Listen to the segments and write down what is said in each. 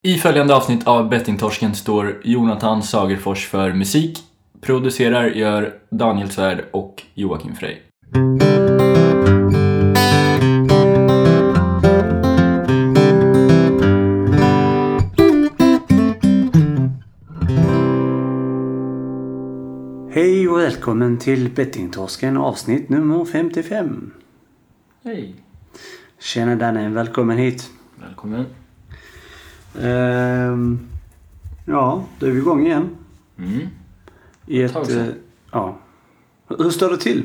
I följande avsnitt av Bettingtorsken står Jonathan Sagerfors för musik. Producerar gör Daniel Svärd och Joakim Frey. Hej och välkommen till Bettingtorsken avsnitt nummer 55. Hej. Tjena Danne, välkommen hit. Välkommen. Ja, då är vi igång igen. I ett, ja. Hur står det till?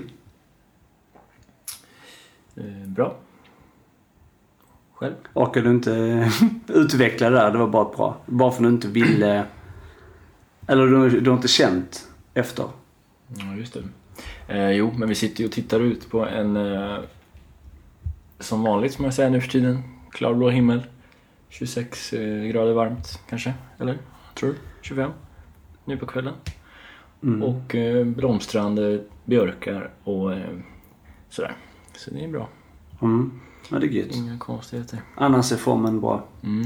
Bra. Själv? Orkar du inte utveckla det där? Det var bara bra. Bara för att du inte ville... Eller du har inte känt efter. Ja, just det. Jo, men vi sitter ju och tittar ut på en... som vanligt, som jag säger nu för tiden. Klarblå himmel. 26 grader varmt kanske, eller? Tror du? 25 nu på kvällen. Och blomstrande björkar och sådär. Så det är bra. Ja, det är gött. Inga konstigheter. Annars är formen bra.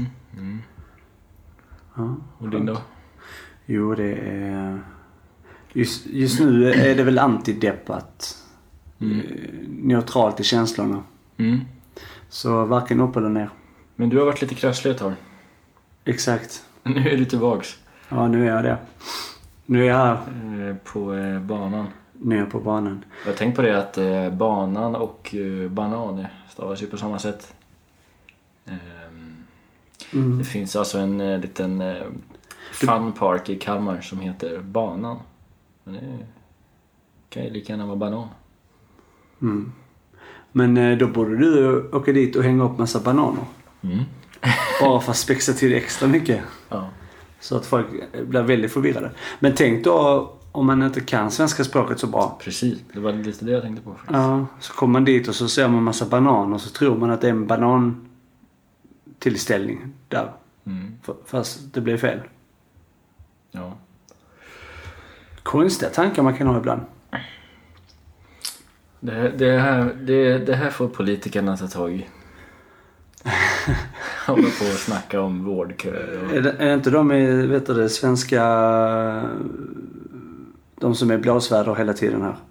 Ja, och din då? Jo, det är... Just nu är det väl antideppat. Neutralt i känslorna. Så varken upp eller ner. Men du har varit lite krasslig ett tag. Exakt. Nu är du tillbaks. Ja, nu är jag det. Nu är jag här. På banan. Nu är jag på banan. Jag har tänkt på det att banan och banan stavas ju på samma sätt. Det finns alltså en liten fun park i Kalmar som heter Banan. Men det kan ju lika gärna vara banan. Men då borde du åka dit och hänga upp massa bananer. Bara för att spexa till extra mycket. Ja. Så att folk blir väldigt förvirrade. Men tänk då om man inte kan svenska språket så bra. Precis, det var lite det jag tänkte på. Ja, så kommer man dit och så ser man massa bananer och så tror man att det är en banantillställning där. Fast det blir fel. Ja. Konstiga tankar man kan ha ibland. Det här får politikerna ta tag i. Hålla på och snacka om vårdköer. Och... Är det inte de i, vet du det, svenska... De som är blåsvärdar hela tiden här?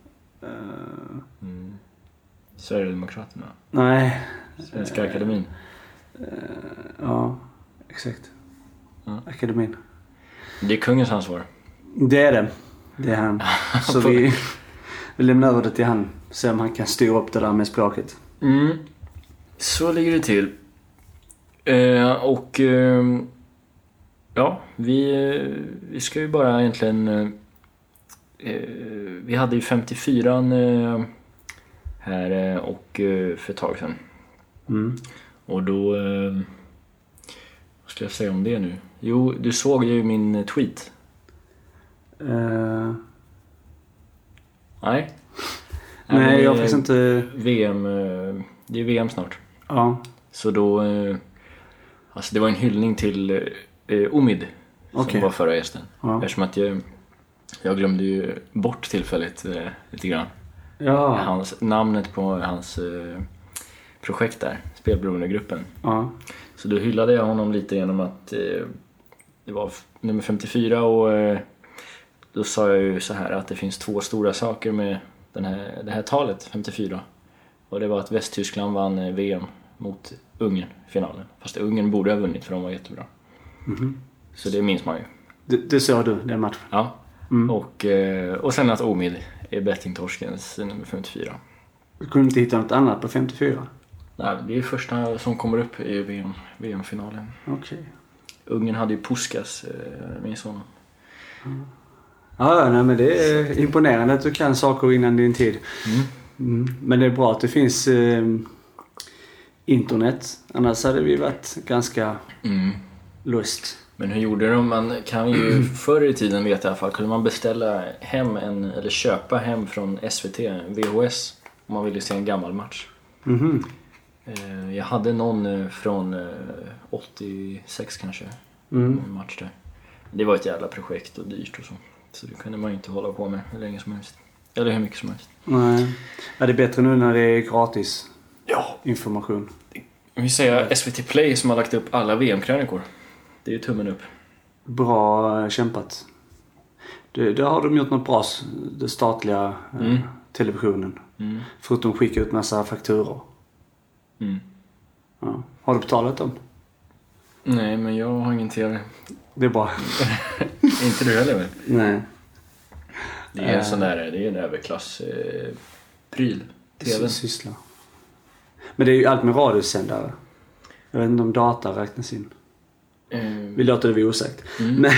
Sverigedemokraterna? Nej. Svenska akademin? Ja, exakt. Akademin. Det är kungens ansvar. Det är det. Det är han. Så vi lämnar över det till han. Se om han kan styra upp det där med språket. Så ligger det till. Ja, vi ska ju bara egentligen... vi hade ju 54 här och för ett tag sedan. Och då... vad ska jag säga om det nu? Jo, du såg ju min tweet. Nej. Nej, jag faktiskt inte... VM, det är VM snart. Ja. Så då... alltså det var en hyllning till Omid som var förra gästen. Ja. Eftersom att jag glömde ju bort tillfälligt lite grann. Ja. Namnet på hans projekt där, Spelberoendegruppen. Ja. Så då hyllade jag honom lite genom att det var nummer 54 och då sa jag ju så här att det finns två stora saker med det här talet 54. Och det var att Västtyskland vann VM mot Ungern i finalen. Fast Ungern borde ha vunnit för de var jättebra. Så det minns man ju. Det sa du, den matchen? Ja. Och sen att Omid är bettingtorskens nummer 54. Du kunde inte hitta något annat på 54? Nej, det är första som kommer upp i VM-finalen. Okej. Ungern hade ju Puskas, minns honom. Ja, nej, men det är imponerande att du kan saker innan din tid. Men det är bra att det finns internet. Annars hade vi varit ganska lust. Men hur gjorde de? Man kan ju förr i tiden vet i alla fall, kunde man beställa hem eller köpa hem från SVT VHS om man ville se en gammal match. Jag hade någon från 86 kanske. En match där. Det var ett jävla projekt och dyrt och så. Så det kunde man ju inte hålla på med hur länge som helst. Eller hur mycket som helst. Nej. Ja, det är bättre nu när det är gratis information. Vi säger SVT Play som har lagt upp alla VM-krönikor. det är tummen upp. Bra kämpat. Det har de gjort något bra, det statliga televisionen. Förutom skicka ut massa fakturor. Ja. Har du betalat dem? Nej, men jag har ingen tv. Det är bra. Inte du heller väl? Nej. Det är en sån där, det är en överklass pryl. TV. Syssla. Men det är ju allt med radiosändare. Jag vet inte om data räknas in. Vi låter det vara osagt. Men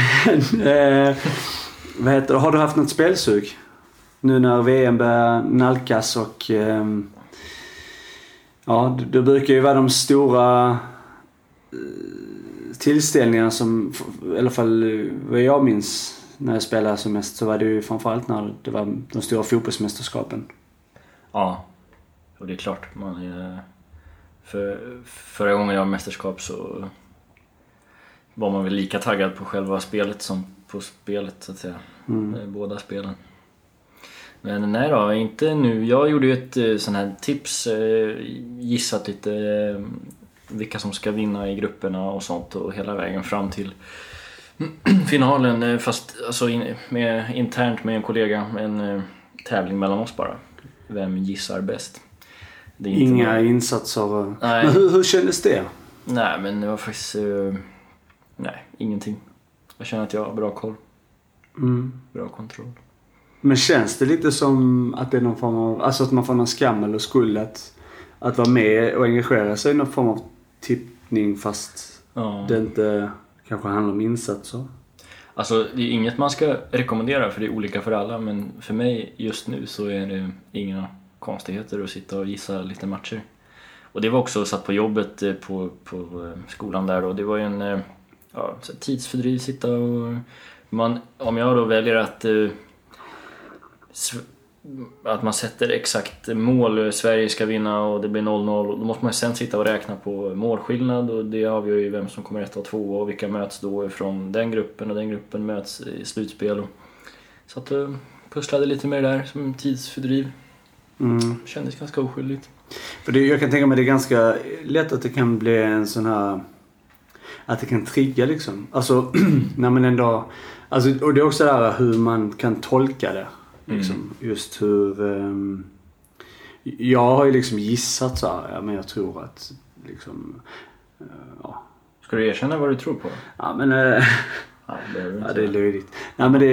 vad heter det? Har du haft något spelsug? Nu när VM börjar nalkas och ja, det brukar ju vara de stora tillställningarna som, i alla fall vad jag minns när jag spelade som mest, så var det ju framförallt när det var de stora fotbollsmästerskapen. Ja, och det är klart. Förra gången jag var mästerskap så var man väl lika taggad på själva spelet som på spelet så att säga. Båda spelen. Men nej då, inte nu. Jag gjorde ju ett sån här tips, gissat lite vilka som ska vinna i grupperna och sånt och hela vägen fram till finalen, fast alltså internt med en kollega, en tävling mellan oss bara. Vem gissar bäst? Det är inte inga insatser. Nej. Men hur kändes det? Nej, men det var faktiskt nej, ingenting. Jag känner att jag har bra koll. Bra kontroll. Men känns det lite som att det är någon form av, alltså att man får någon skam eller skuld att vara med och engagera sig i någon form av tippning fast det inte kanske handlar om insatser? Alltså det är inget man ska rekommendera för det är olika för alla, men för mig just nu så är det inga konstigheter att sitta och gissa lite matcher. Och det var också satt på jobbet på skolan där och det var ju en tidsfördriv, sitta och om jag då väljer att man sätter exakt mål, Sverige ska vinna och det blir 0-0, då måste man sen sitta och räkna på målskillnad och det avgör ju vem som kommer 1 och 2 och vilka möts då från den gruppen och den gruppen möts i slutspel. Så att pusslade lite med det där som en tidsfördriv. Kändes ganska oskyldigt. För jag kan tänka mig det är ganska lätt att det kan bli en sån här, att det kan trigga liksom. Alltså när man ändå, alltså, och det är också där hur man kan tolka det. Liksom, just hur jag har ju liksom gissat så här, men jag tror att liksom Ska du erkänna vad du tror på? Ja men det är löjligt. Nej men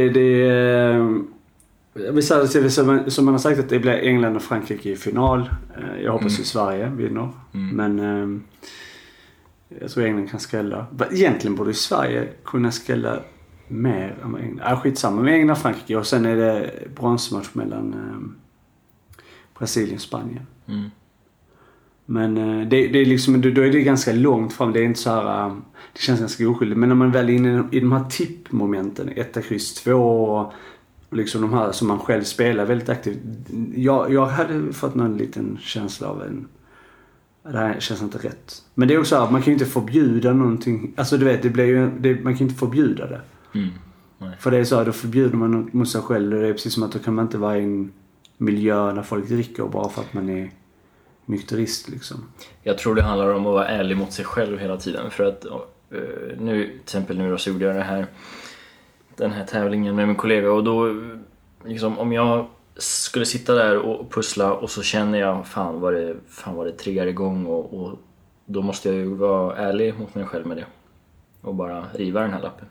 vi säger som man har sagt att det blir England och Frankrike i final. Jag hoppas ju Sverige vinner. Men jag tror England kan skrälla. Egentligen borde ju Sverige kunna skrälla mer än England. Skitsamma med England och Frankrike. Och sen är det bronsmatch mellan Brasilien och Spanien. Men det är liksom, då är det ganska långt fram. Det är inte så här, det känns ganska oskyldigt. Men när man väl är inne i de här tippmomenten, 1, kryss 2 och liksom de här som man själv spelar väldigt aktivt. Jag hade fått någon liten känsla av det här känns inte rätt. Men det är också att man kan ju inte förbjuda någonting. Alltså du vet, man kan inte förbjuda det. Nej. För det är så här, då förbjuder man mot sig själv. Det är precis som att då kan man inte vara i en miljö där folk dricker bara för att man är nykterist liksom. Jag tror det handlar om att vara ärlig mot sig själv hela tiden. För att nu, till exempel nu så gjorde jag den här tävlingen med min kollega och då liksom, om jag skulle sitta där och pussla och så känner jag fan var det triggar igång och då måste jag ju vara ärlig mot mig själv med det och bara riva den här lappen.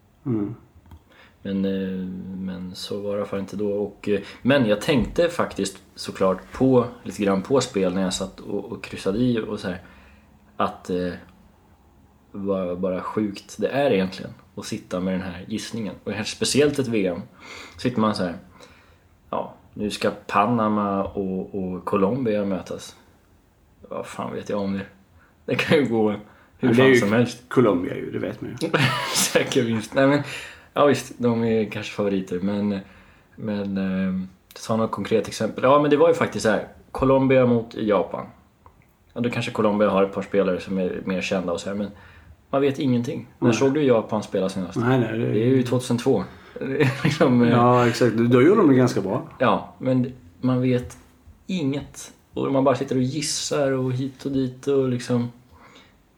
Men så var det i alla fall inte då men jag tänkte faktiskt såklart lite grann på spel när jag satt och kryssade i och så här, att vad bara sjukt det är egentligen att sitta med den här gissningen och speciellt ett VM sitter man så här, nu ska Panama och Colombia mötas. Vad fan vet jag om det? Det kan ju gå hur fan som helst. Colombia ju, det vet man ju. Säkert visst. Nej men ja visst, de är kanske favoriter men ta något konkret exempel. Ja men det var ju faktiskt så här, Colombia mot Japan. Ja, då kanske Colombia har ett par spelare som är mer kända och så här, men man vet ingenting. När såg du Japan spela senast? Nej, det är ju 2002. Liksom, ja exakt, då gjorde de det ganska bra. Ja, men man vet inget. Och man bara sitter och gissar och hit och dit och liksom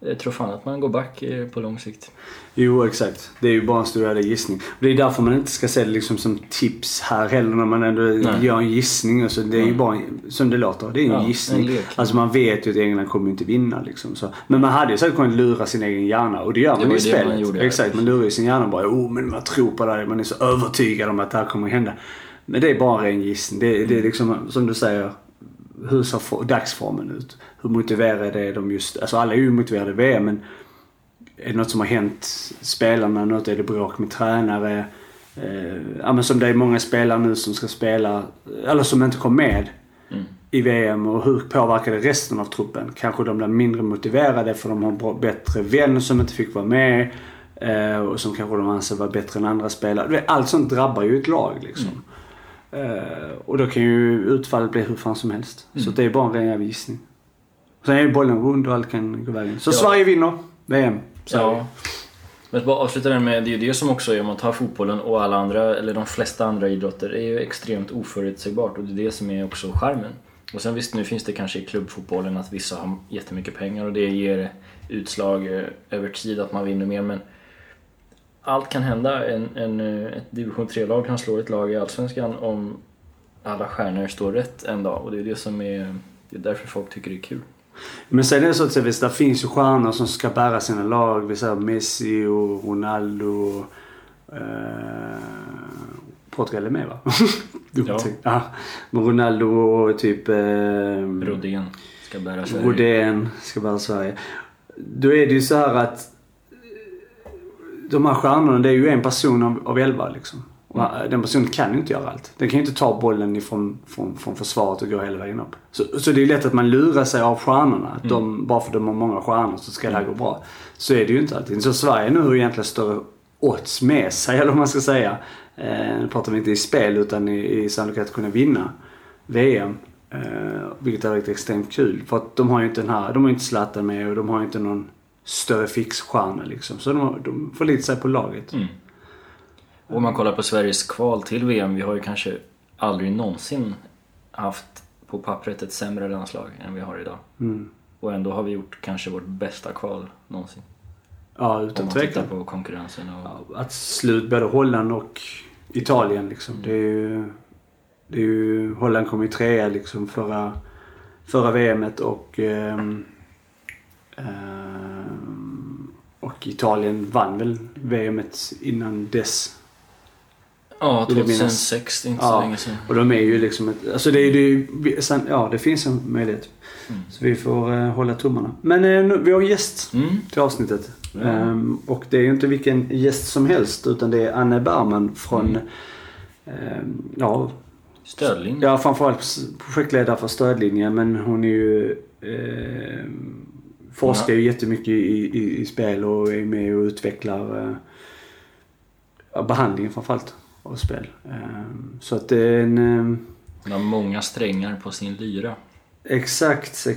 jag tror fan att man går back på lång sikt. Jo, exakt. Det är ju bara en stor gissning. Det är därför man inte ska se det liksom som tips här heller när man ändå gör en gissning. Alltså, det är ju bara, som det låter, det är en gissning. En alltså man vet ju att England kommer inte vinna. Liksom, så. Men man hade ju säkert kunnat lura sin egen hjärna. Och det gör man i spelet. Exakt, man lurar ju sin hjärna bara. Men man tror på det. Man är så övertygad om att det här kommer att hända. Men det är bara en gissning. Det är liksom, som du säger, hur ser dagsformen ut? Hur motiverade är de just? Alltså alla är ju motiverade i VM, men är det något som har hänt spelarna? Är det bråk med tränare? Men som det är många spelare nu som ska spela, eller som inte kom med i VM, och hur påverkar det resten av truppen? Kanske de blir mindre motiverade för de har bättre vänner som inte fick vara med, och som kanske de anser vara bättre än andra spelare. Allt sånt drabbar ju ett lag liksom. Och då kan ju utfallet bli hur fan som helst. Så det är bara en ren gissning. Sen är ju bollen rund och allt kan gå vägen. Så Sverige vinner VM. Ja. Men bara avsluta den med, det är ju det som också är, om man tar fotbollen och alla andra, eller de flesta andra idrotter, är ju extremt oförutsägbart, och det är det som är också charmen. Och sen visst, nu finns det kanske i klubbfotbollen att vissa har jättemycket pengar och det ger utslag över tid att man vinner mer, men allt kan hända. Ett division 3-lag kan slå ett lag i Allsvenskan om alla stjärnor står rätt en dag, och det är det som är, det är därför folk tycker det är kul. Men sen är det så att visst, det finns ju stjärnor som ska bära sina lag. Vi säger Messi och Ronaldo. Portugal är med, va? Ja. Men Ronaldo och typ Rodén ska bära Sverige. Rodén ska bära Sverige. Då är det ju så här att de här stjärnorna, det är ju en person av 11 liksom. Den personen kan ju inte göra allt. Den kan ju inte ta bollen från försvaret och gå hela vägen upp. Så det är lätt att man lurar sig av stjärnorna. Att bara för att de har många stjärnor så ska det här gå bra. Så är det ju inte alltid. Så Sverige nu har egentligen större odds med sig, eller vad man ska säga. Nu pratar vi inte i spel utan i sannolikhet att kunna vinna VM. Vilket är riktigt extremt kul. För att de har ju inte den här, de har inte Zlatan med, och de har inte någon större fixstjärna liksom. Så de får lite sig på laget. Och om man kollar på Sveriges kval till VM, vi har ju kanske aldrig någonsin haft på pappret ett sämre landslag än vi har idag. Och ändå har vi gjort kanske vårt bästa kval någonsin. Ja, utan tvekan. Om man tittar på konkurrensen. Och... att slut både Holland och Italien liksom. Det är ju Holland kom i 3 liksom förra VMet, och Italien vann väl VMet innan dess. Ja, 2006, det är inte så länge sedan. Och de är ju liksom alltså det finns en möjlighet. Så vi får hålla tummarna. Men vi har en gäst till avsnittet. Och det är ju inte vilken gäst som helst, utan det är Anne Bergman från Stödlinjen. Ja, framförallt projektledare för Stödlinjen, men hon är ju forskar ju jättemycket i spel och är med och utvecklar behandlingen framförallt av spel. Så att det är hon har många strängar på sin lyra. Exakt.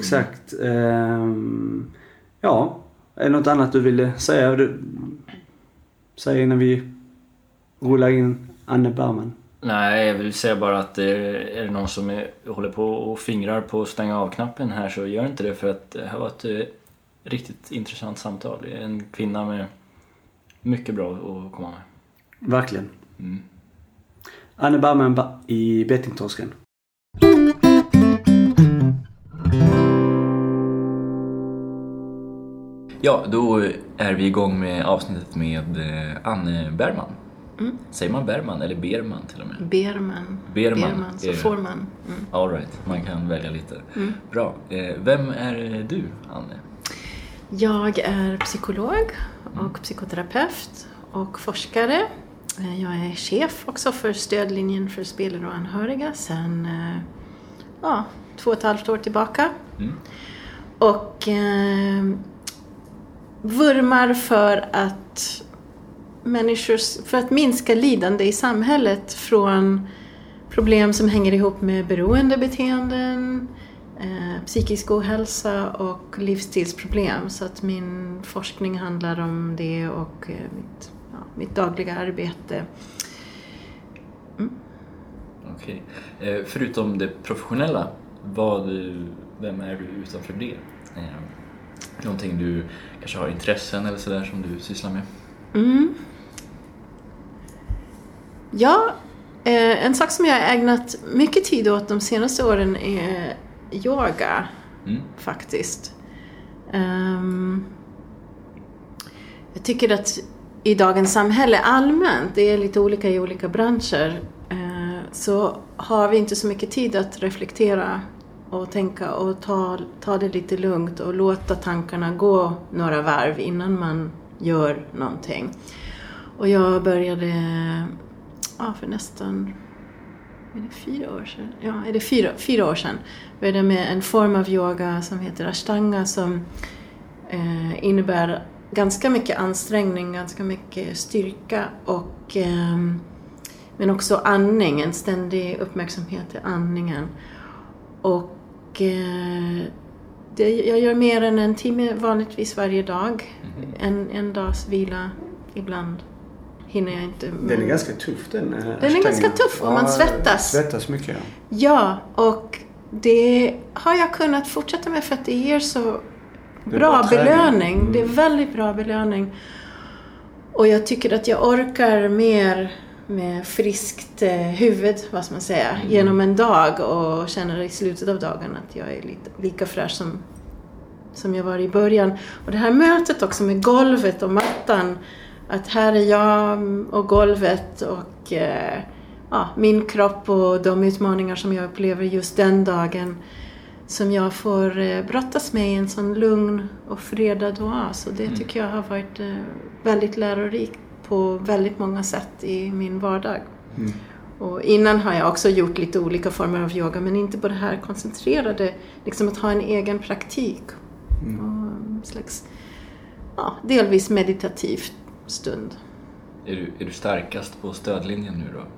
Ja, är det något annat du ville säga? Säg innan vi rullar in Anne Bergman. Nej, jag vill säga bara att är det någon som håller på och fingrar på att stänga av knappen här, så gör inte det, för att det här var ett riktigt intressant samtal. Det är en kvinna med mycket bra att komma med. Verkligen. Anne Bergman i Bettingtorsken. Ja, då är vi igång med avsnittet med Anne Bergman. Säger man Bergman eller Berman till och med? Berman, så får man. All right, man kan välja lite. Bra. Vem är du, Anne? Jag är psykolog och psykoterapeut och forskare. Jag är chef också för Stödlinjen för spelare och anhöriga sedan 2,5 år tillbaka. Och vurmar för att för att minska lidande i samhället från problem som hänger ihop med beroendebeteenden, psykisk ohälsa och livsstilsproblem. Så att min forskning handlar om det och mitt dagliga arbete. Okej. Förutom det professionella, vem är du utanför det? Någonting du kanske har intressen eller sådär som du sysslar med? Ja, en sak som jag har ägnat mycket tid åt de senaste åren är yoga, faktiskt. Jag tycker att i dagens samhälle allmänt, det är lite olika i olika branscher, så har vi inte så mycket tid att reflektera och tänka och ta det lite lugnt och låta tankarna gå några varv innan man gör någonting. Och jag började för nästan 4 år sedan. Ja, är det 4 år sedan. Började med en form av yoga som heter Ashtanga, som innebär ganska mycket ansträngning, ganska mycket styrka och men också andning, en ständig uppmärksamhet till andningen. Och jag gör mer än 1 timme vanligtvis varje dag. En dags vila ibland hinner jag inte. Den är ganska tuff. Den är ganska tuff och man svettas. Svettas mycket, ja. Ja, och det har jag kunnat fortsätta med för att det ger så bra belöning. Det är väldigt bra belöning. Och jag tycker att jag orkar mer med friskt huvud, vad ska man säga, genom en dag och känner i slutet av dagen att jag är lika fräsch som jag var i början. Och det här mötet också med golvet och mattan, att här är jag och golvet och min kropp och de utmaningar som jag upplever just den dagen, som jag får brottas med i en sån lugn och fredad oas. Och det tycker jag har varit väldigt lärorikt på väldigt många sätt i min vardag. Och innan har jag också gjort lite olika former av yoga, men inte på det här koncentrerade, liksom att ha en egen praktik och en slags delvis meditativ stund. Är du starkast på stödlinjen nu då?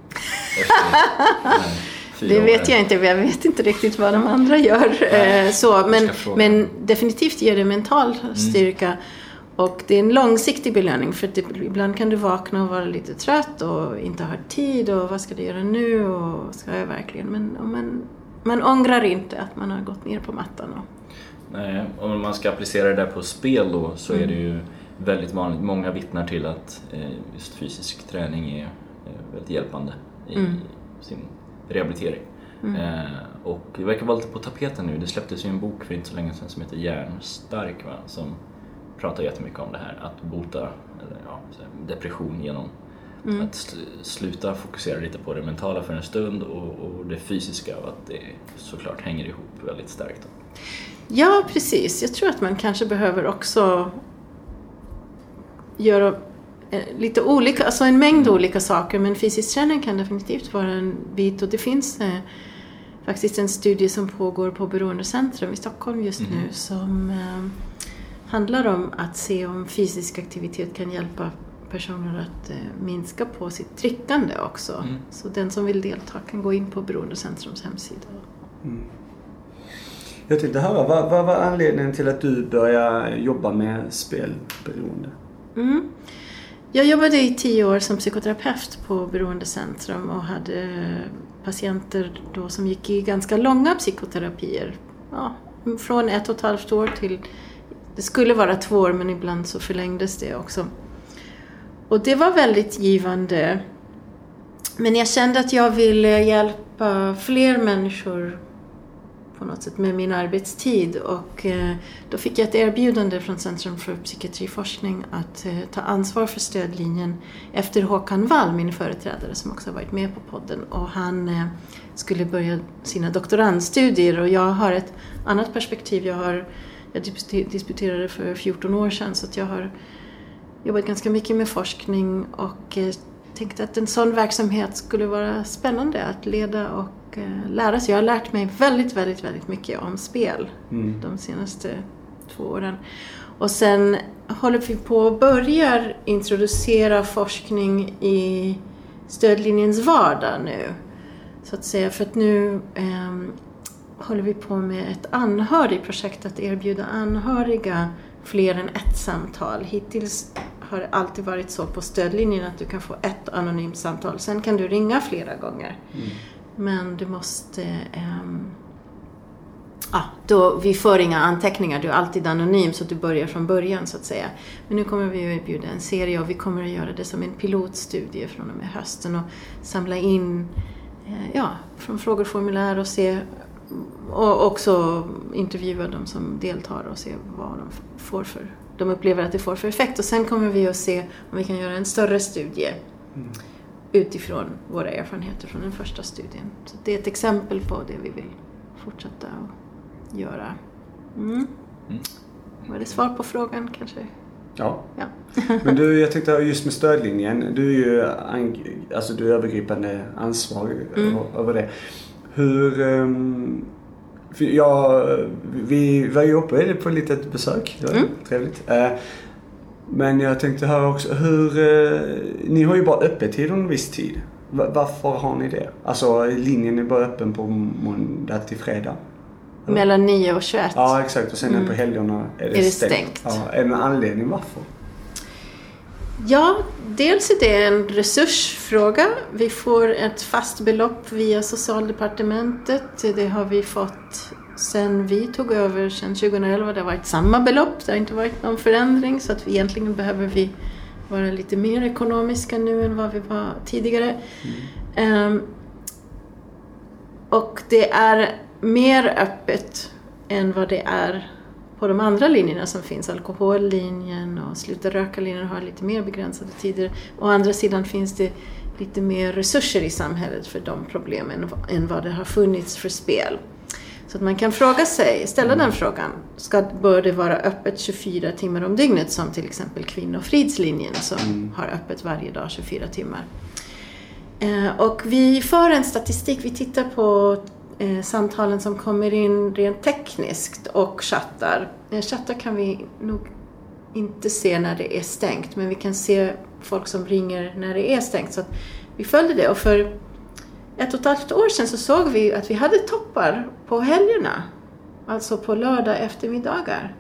Det vet jag inte. Jag vet inte riktigt vad de andra gör. Men definitivt ger det mental styrka. Och det är en långsiktig belöning. För ibland kan du vakna och vara lite trött och inte ha tid. Och vad ska du göra nu? Och ska jag verkligen? Men man ångrar inte att man har gått ner på mattan. Nej, om man ska applicera det där på spel då, så är det ju väldigt vanligt. Många vittnar till att just fysisk träning är väldigt hjälpande i sin rehabilitering. Och det verkar vara lite på tapeten nu. Det släpptes ju en bok för inte så länge sedan som heter Hjärnstark, som pratar jättemycket om det här. Att bota depression genom att sluta fokusera lite på det mentala för en stund och det fysiska, och att det såklart hänger ihop väldigt starkt. Ja, precis. Jag tror att man kanske behöver också göra lite olika, alltså en mängd olika saker, men fysisk träning kan definitivt vara en bit. Och det finns faktiskt en studie som pågår på Beroendecentrum i Stockholm just nu som handlar om att se om fysisk aktivitet kan hjälpa personer att minska på sitt drickande också. Så den som vill delta kan gå in på Beroendecentrums hemsida. Jag tänkte höra, vad var anledningen till att du började jobba med spelberoende? Jag jobbade i 10 år som psykoterapeut på Beroendecentrum och hade patienter då som gick i ganska långa psykoterapier. Från 1,5 år till, det skulle vara 2 år, men ibland så förlängdes det också. Och det var väldigt givande. Men jag kände att jag ville hjälpa fler människor på något sätt med min arbetstid, och då fick jag ett erbjudande från Centrum för psykiatriforskning att ta ansvar för stödlinjen efter Håkan Wall, min företrädare som också har varit med på podden, och han skulle börja sina doktorandstudier, och jag har ett annat perspektiv. Jag disputerade för 14 år sedan, så att jag har jobbat ganska mycket med forskning och tänkte att en sån verksamhet skulle vara spännande att leda och lära sig. Jag har lärt mig väldigt, väldigt, väldigt mycket om spel de senaste 2 åren. Och sen håller vi på att börja introducera forskning i stödlinjens vardag nu. Så att säga, för att nu håller vi på med ett anhörigprojekt, att erbjuda anhöriga fler än ett samtal. Hittills har det alltid varit så på stödlinjen att du kan få ett anonymt samtal. Sen kan du ringa flera gånger. Men du måste då vi för inga anteckningar. Du är alltid anonym så att du börjar från början så att säga. Men nu kommer vi att erbjuda en serie och vi kommer att göra det som en pilotstudie från och med hösten och samla in från frågeformulär och se och också intervjua de som deltar och se vad de upplever att det får för effekt. Och sen kommer vi att se om vi kan göra en större studie utifrån våra erfarenheter från den första studien. Så det är ett exempel på det vi vill fortsätta att göra. Var det svar på frågan kanske? Ja. Men du, jag tänkte just med stödlinjen, du är ju du är övergripande ansvarig över det. Vi var ju uppe på ett litet besök, det var trevligt. Men jag tänkte höra också, ni har ju bara öppet till en viss tid. Varför har ni det? Alltså linjen är bara öppen på måndag till fredag. Eller? Mellan 9 och 21. Ja, exakt. Och sen på helgerna är det stängt. Ja, är det en anledning varför? Ja, dels är det en resursfråga. Vi får ett fast belopp via Socialdepartementet. Det har vi fått sen vi tog över sen 2011. Det har varit samma belopp. Det har inte varit någon förändring. Så att egentligen behöver vi vara lite mer ekonomiska nu än vad vi var tidigare. Och det är mer öppet än vad det är på de andra linjerna som finns. Alkohollinjen och sluta röka-linjen har lite mer begränsade tider. Å andra sidan finns det lite mer resurser i samhället för de problemen än vad det har funnits för spel. Så att man kan ställa den frågan. Bör det vara öppet 24 timmar om dygnet som till exempel Kvinnofridslinjen som har öppet varje dag 24 timmar. Och vi för en statistik. Vi tittar på samtalen som kommer in rent tekniskt och chattar. Chattar kan vi nog inte se när det är stängt, men vi kan se folk som ringer när det är stängt. Så att vi följde det och för 1,5 år sedan så såg vi att vi hade toppar på helgerna. Alltså på lördag eftermiddagar.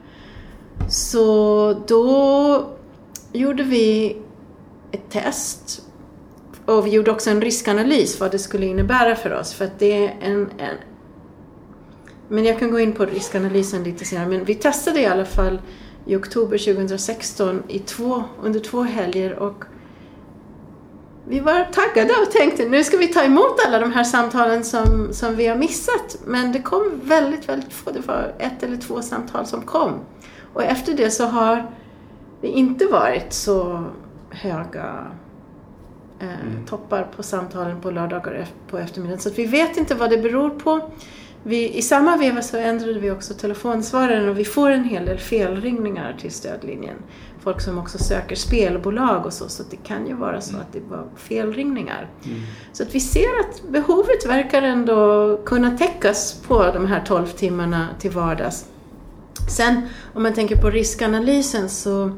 Så då gjorde vi ett test. Och vi gjorde också en riskanalys vad det skulle innebära för oss. För att det är Men jag kan gå in på riskanalysen lite senare. Men vi testade i alla fall i oktober 2016 under 2 helger. Och vi var taggade och tänkte nu ska vi ta emot alla de här samtalen som vi har missat. Men det kom väldigt, väldigt få. Det var 1 eller 2 samtal som kom. Och efter det så har det inte varit så höga toppar på samtalen på lördagar på eftermiddagen. Så att vi vet inte vad det beror på. I samma veva så ändrade vi också telefonsvararen och vi får en hel del felringningar till stödlinjen. Folk som också söker spelbolag och så att det kan ju vara så att det var felringningar. Så att vi ser att behovet verkar ändå kunna täckas på de här 12 timmarna till vardags. Sen om man tänker på riskanalysen så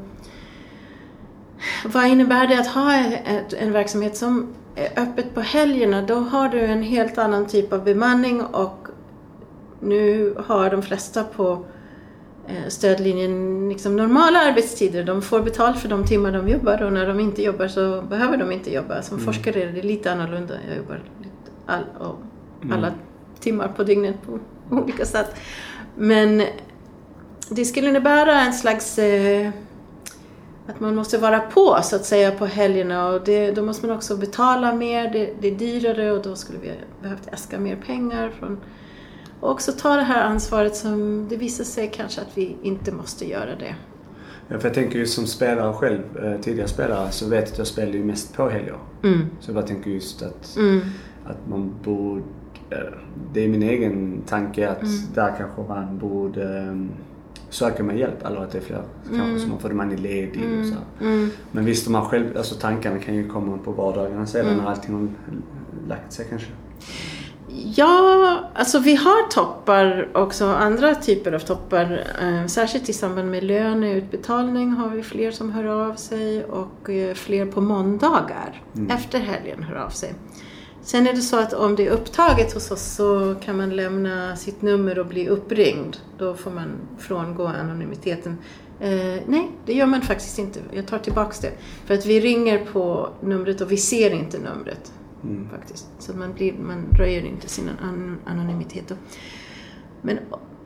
vad innebär det att ha en verksamhet som är öppet på helgerna? Då har du en helt annan typ av bemanning och nu har de flesta på stödlinjen liksom normala arbetstider. De får betalt för de timmar de jobbar och när de inte jobbar så behöver de inte jobba. Som forskare är det lite annorlunda. Jag jobbar alla timmar på dygnet på olika sätt. Men det skulle innebära en slags att man måste vara på så att säga på helgerna och då måste man också betala mer, det är dyrare och då skulle vi behövt äska mer pengar och också ta det här ansvaret som det visar sig kanske att vi inte måste göra det. Ja, för jag tänker ju som spelare själv, tidigare spelare så vet jag att jag spelar ju mest på helger. Så jag bara tänker just att man borde, det är min egen tanke att där kanske man borde söker man hjälp eller att det är fler kanske som man får man är ledig och så. Men visst man själv, alltså tankarna kan ju komma på vardagarna sedan när allting har lagt sig kanske. Ja, alltså vi har toppar också, andra typer av toppar. Särskilt i samband med löneutbetalning har vi fler som hör av sig och fler på måndagar efter helgen hör av sig. Sen är det så att om det är upptaget hos oss så kan man lämna sitt nummer och bli uppringd. Då får man frångå anonymiteten. Nej, det gör man faktiskt inte. Jag tar tillbaka det. För att vi ringer på numret och vi ser inte numret. Faktiskt. Så att man röjer inte sin anonymitet. Men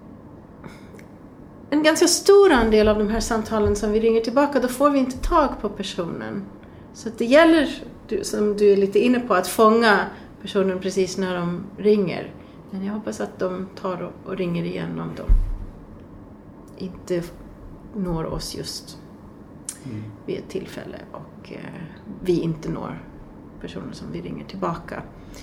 en ganska stor andel av de här samtalen som vi ringer tillbaka, då får vi inte tag på personen. Så att det gäller, som du är lite inne på, att fånga personen precis när de ringer. Men jag hoppas att de tar och ringer igen om de inte når oss just vid ett tillfälle och vi inte når personer som vi ringer tillbaka.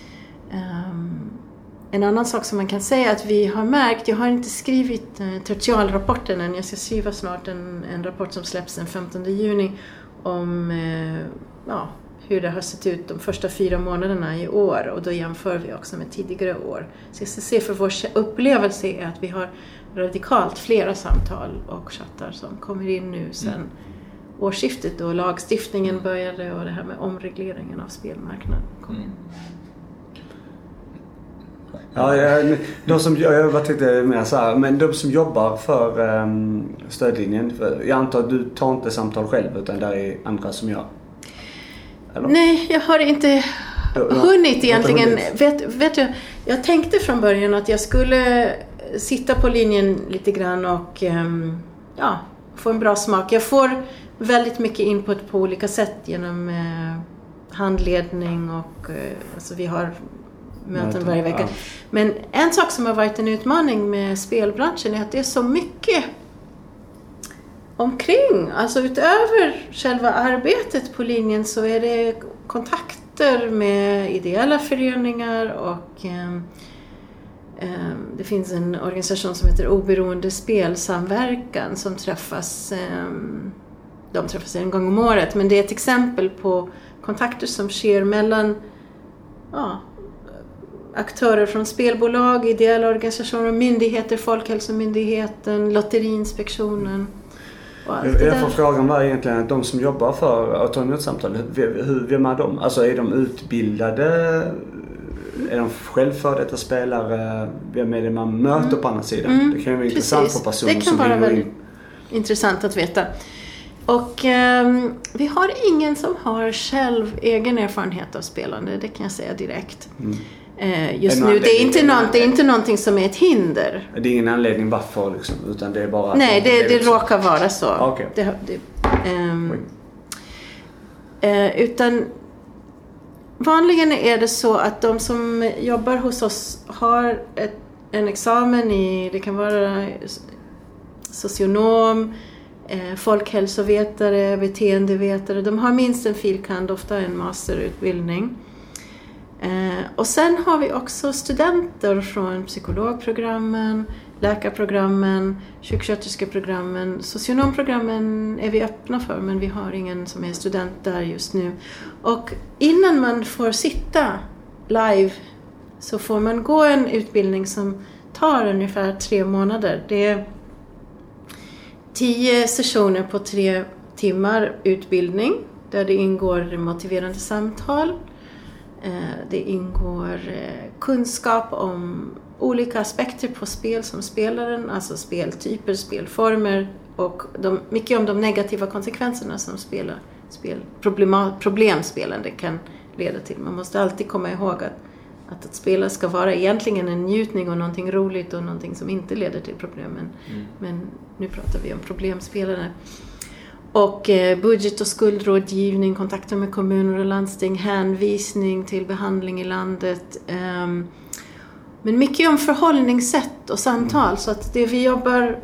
En annan sak som man kan säga att vi har märkt, jag har inte skrivit tertialrapporten än, jag ska skriva snart en rapport som släpps den 15 juni om hur det har sett ut de första 4 månaderna i år, och då jämför vi också med tidigare år. Så jag ska se, för vår upplevelse är att vi har radikalt flera samtal och chattar som kommer in nu sen årsskiftet då lagstiftningen började och det här med omregleringen av spelmarknaden kom in. Ja, de som jag tänkte mer så här, men de som jobbar för stödlinjen, jag antar att du tar inte samtal själv utan där är andra som gör. Eller? Nej, jag har inte hunnit egentligen. Vet du, jag tänkte från början att jag skulle sitta på linjen lite grann och få en bra smak. Jag får väldigt mycket input på olika sätt genom handledning och alltså vi har möten varje vecka. Ja. Men en sak som har varit en utmaning med spelbranschen är att det är så mycket omkring. Alltså utöver själva arbetet på linjen så är det kontakter med ideella föreningar och det finns en organisation som heter Oberoende Spelsamverkan som träffas de träffas en gång om året, men det är ett exempel på kontakter som sker mellan aktörer från spelbolag, ideella organisationer, myndigheter, Folkhälsomyndigheten, Lotteriinspektionen. Jag får frågan var egentligen att de som jobbar för autonomsamtal, vem är de? Alltså är de utbildade? Är de självfödda spelare? Vem är det man möter på andra sidan? Det kan ju vara intressant för personer. Det kan vara väldigt intressant att veta. Och vi har ingen som har själv egen erfarenhet av spelande, det kan jag säga direkt. Just nu, det är inte någonting som är ett hinder. Det är ingen anledning varför liksom, utan det är bara... Nej, det råkar vara så. Okay. Utan vanligen är det så att de som jobbar hos oss har en examen i, det kan vara socionom, folkhälsovetare, beteendevetare. De har minst en fil.kand., ofta en masterutbildning. Och sen har vi också studenter från psykologprogrammen, läkarprogrammen, sjuksköterskeprogrammen, socionomprogrammen är vi öppna för, men vi har ingen som är student där just nu. Och innan man får sitta live så får man gå en utbildning som tar ungefär 3 månader. Det är 10 sessioner på 3 timmar utbildning där det ingår motiverande samtal. Det ingår kunskap om olika aspekter på spel som spelaren, alltså speltyper, spelformer och mycket om de negativa konsekvenserna som problemspelande kan leda till. Man måste alltid komma ihåg att spela ska vara egentligen en njutning och någonting roligt och någonting som inte leder till problemen. Men nu pratar vi om problemspelare. Och budget- och skuldrådgivning, kontakter med kommuner och landsting, hänvisning till behandling i landet. Men mycket om förhållningssätt och samtal. Så att det vi jobbar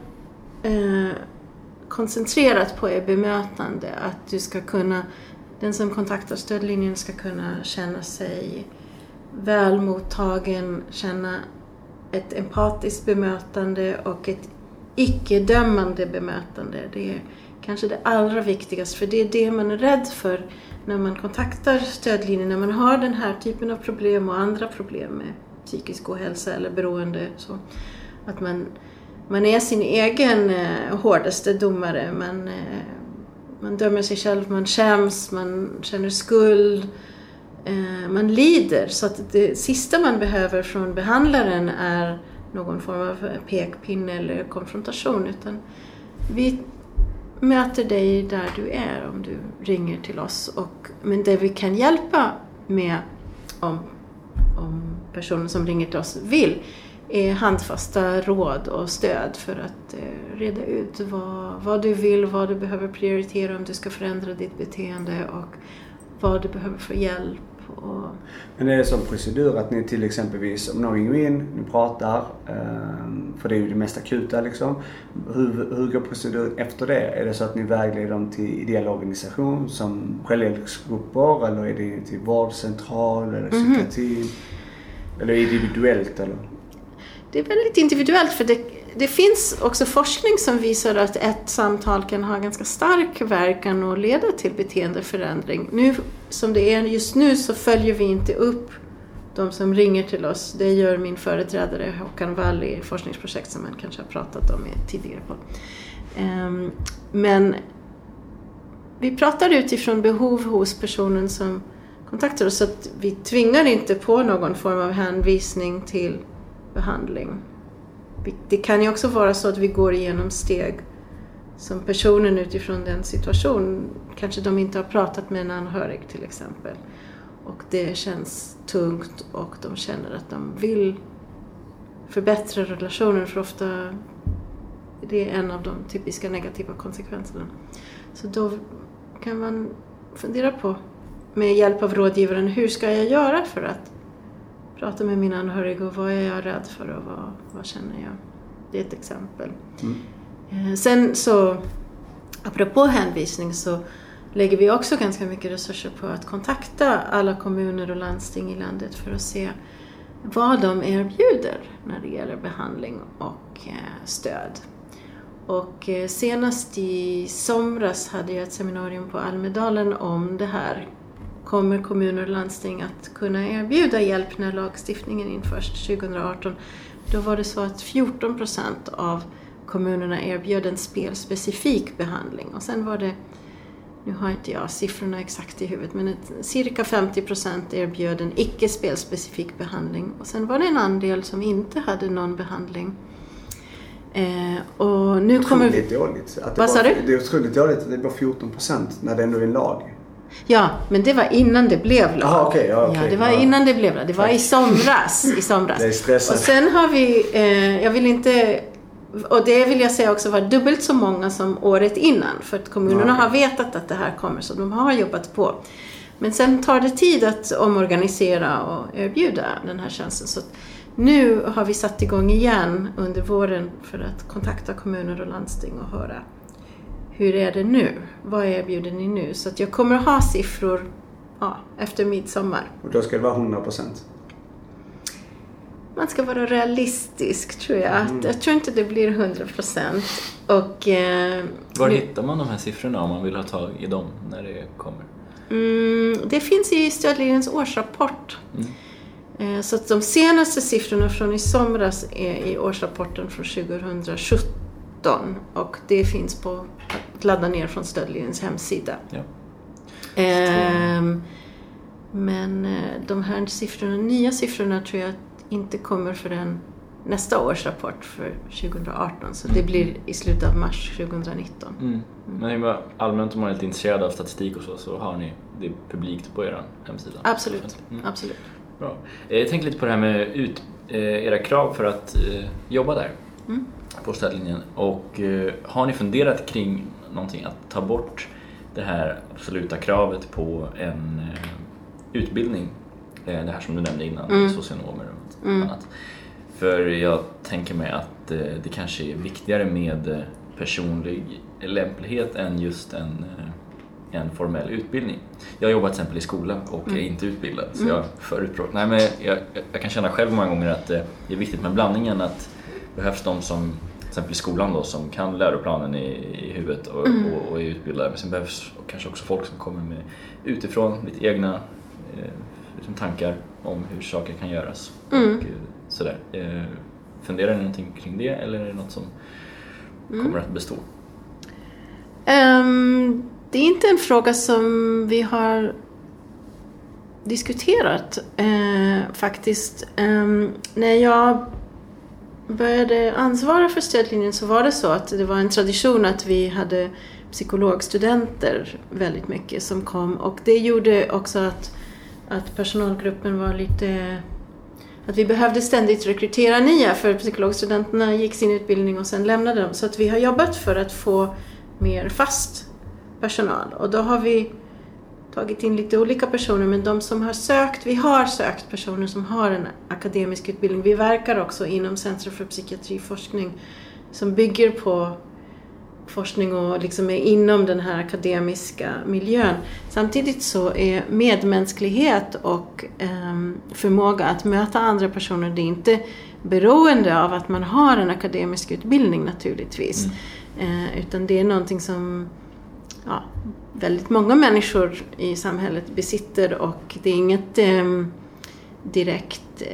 koncentrerat på är bemötande. Att den som kontaktar stödlinjen ska kunna känna sig väl mottagen, känna ett empatiskt bemötande och ett icke-dömande bemötande. Det är kanske det allra viktigaste, för det är det man är rädd för när man kontaktar stödlinjen, när man har den här typen av problem och andra problem med psykisk ohälsa eller beroende. Så att man är sin egen hårdaste domare, man dömer sig själv, man skäms, man känner skuld, man lider. Så att det sista man behöver från behandlaren är någon form av pekpinne eller konfrontation, utan vi möter dig där du är om du ringer till oss. Men det vi kan hjälpa med om personen som ringer till oss vill är handfasta råd och stöd för att reda ut vad du vill, vad du behöver prioritera om du ska förändra ditt beteende och vad du behöver för hjälp. Men det är som procedur att ni till exempelvis, om någon ringer in, ni pratar, för det är ju det mest akuta liksom. Hur går proceduren efter det? Är det så att ni vägleder dem till ideell organisation som självhjälpsgrupper, eller är det till vårdcentral eller psykiatri? Eller individuellt eller? Det är väldigt individuellt, för det finns också forskning som visar att ett samtal kan ha ganska stark verkan och leda till beteendeförändring. Nu, som det är just nu, så följer vi inte upp de som ringer till oss. Det gör min företrädare Håkan Wall i forskningsprojekt som man kanske har pratat om tidigare på. Men vi pratar utifrån behov hos personen som kontaktar oss, så att vi tvingar inte på någon form av hänvisning till behandling. Det kan ju också vara så att vi går igenom steg som personen utifrån den situation, kanske de inte har pratat med en anhörig till exempel, och det känns tungt och de känner att de vill förbättra relationen, för ofta det är en av de typiska negativa konsekvenserna. Så då kan man fundera på, med hjälp av rådgivaren, hur ska jag göra för att prata med min anhörig, och vad är jag rädd för och vad känner jag? Det är ett exempel. Sen så, apropå hänvisning, så lägger vi också ganska mycket resurser på att kontakta alla kommuner och landsting i landet för att se vad de erbjuder när det gäller behandling och stöd. Och senast i somras hade jag ett seminarium på Almedalen om det här. Kommer kommuner och landsting att kunna erbjuda hjälp när lagstiftningen införs 2018? Då var det så att 14% av kommunerna erbjöd en spelspecifik behandling. Och sen var det, nu har inte jag siffrorna exakt i huvudet, men cirka 50% erbjöd en icke-spelspecifik behandling. Och sen var det en andel som inte hade någon behandling. Och nu kommer vi... dåligt. Vad sa du? Det är otroligt dåligt att det var 14% när det ändå är en lag. Ja, men det var innan det blev lag. Aha, okay. Ja, det var innan det blev lag. Det var i somras. Det är stressande. Och sen har vi, jag vill inte, och det vill jag säga också var dubbelt så många som året innan. För att kommunerna har vetat att det här kommer, så de har jobbat på. Men sen tar det tid att omorganisera och erbjuda den här tjänsten. Så nu har vi satt igång igen under våren för att kontakta kommuner och landsting och höra. Hur är det nu? Vad erbjuder ni nu? Så att jag kommer att ha siffror efter midsommar. Och då ska det vara 100%? Man ska vara realistisk, tror jag. Jag tror inte det blir 100%. Och, var hittar man de här siffrorna om man vill ha tag i dem när det kommer? Det finns i stödlinjens årsrapport. Så att de senaste siffrorna från i somras är i årsrapporten från 2017. Och det finns på att ladda ner från stödlinjens hemsida. Ja. Men de här siffrorna, nya siffrorna, tror jag inte kommer förrän nästa års rapport för 2018. Så det blir i slutet av mars 2019. Men allmänt om man är lite intresserad av statistik och så har ni det publikt på er hemsida. Absolut, absolut. Bra. Jag tänkte lite på det här med era krav för att jobba där. På stödlinjen. Och har ni funderat kring någonting att ta bort det här absoluta kravet på en utbildning? Det här som du nämnde innan, socionomer och annat. För jag tänker mig att det kanske är viktigare med personlig lämplighet än just en formell utbildning. Jag jobbar till exempel i skola och är inte utbildad, så jag jag kan känna själv många gånger att det är viktigt med blandningen, att behövs de som till exempel i skolan då, som kan läroplanen i huvudet och är utbildade, men sen behövs kanske också folk som kommer med utifrån lite egna tankar om hur saker kan göras och sådär. Funderar ni någonting kring det, eller är det något som kommer att bestå? Det är inte en fråga som vi har diskuterat faktiskt. När jag började ansvara för stödlinjen så var det så att det var en tradition att vi hade psykologstudenter väldigt mycket som kom, och det gjorde också att personalgruppen var lite, att vi behövde ständigt rekrytera nya, för psykologstudenterna gick sin utbildning och sen lämnade dem. Så att vi har jobbat för att få mer fast personal. Och då har vi tagit in lite olika personer, men de som har sökt, vi har sökt personer som har en akademisk utbildning. Vi verkar också inom Centrum för psykiatriforskning som bygger på forskning och liksom är inom den här akademiska miljön. Samtidigt så är medmänsklighet och förmåga att möta andra personer, det är inte beroende av att man har en akademisk utbildning naturligtvis. Utan det är någonting som väldigt många människor i samhället besitter, och det är inget direkt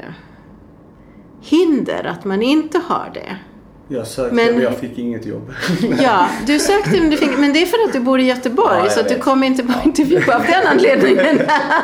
hinder att man inte har det. Jag sökte men jag fick inget jobb. Ja, du sökte men du fick, men det är för att du bor i Göteborg, så att du kommer inte på intervju av den anledningen.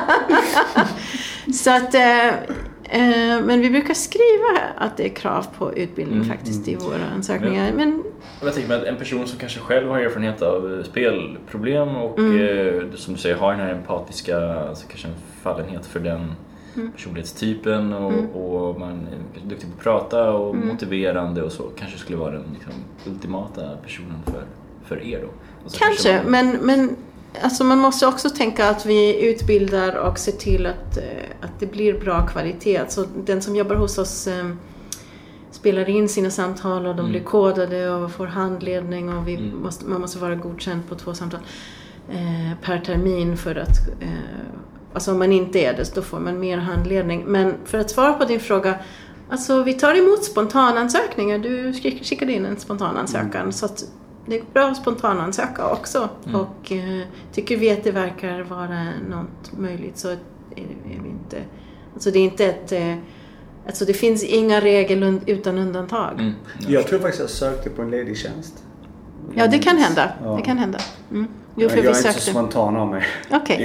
Så att men vi brukar skriva att det är krav på utbildning faktiskt i våra ansökningar. Men jag tänker mig att en person som kanske själv har erfarenhet av spelproblem och som du säger har den här empatiska, alltså kanske en fallenhet för den personlighetstypen och man är duktig på att prata och motiverande och så, kanske skulle vara den liksom ultimata personen för er då. Alltså kanske, men alltså man måste också tänka att vi utbildar och ser till att det blir bra kvalitet. Så den som jobbar hos oss spelar in sina samtal och de blir kodade och får handledning, och man måste vara godkänd på 2 samtal per termin för att alltså om man inte är det, då får man mer handledning. Men för att svara på din fråga, alltså vi tar emot spontanansökningar. Du skickade in en spontanansökan, så att det går bra att spontanansöka också. Och tycker vi att det verkar vara något möjligt, så är vi inte. Alltså det är inte alltså det finns inga regler utan undantag. Jag tror faktiskt jag sökte på en ledig tjänst. Ja, det kan hända. Ja. Det kan hända. Jo, för jag är inte så spontan av mig. Okej.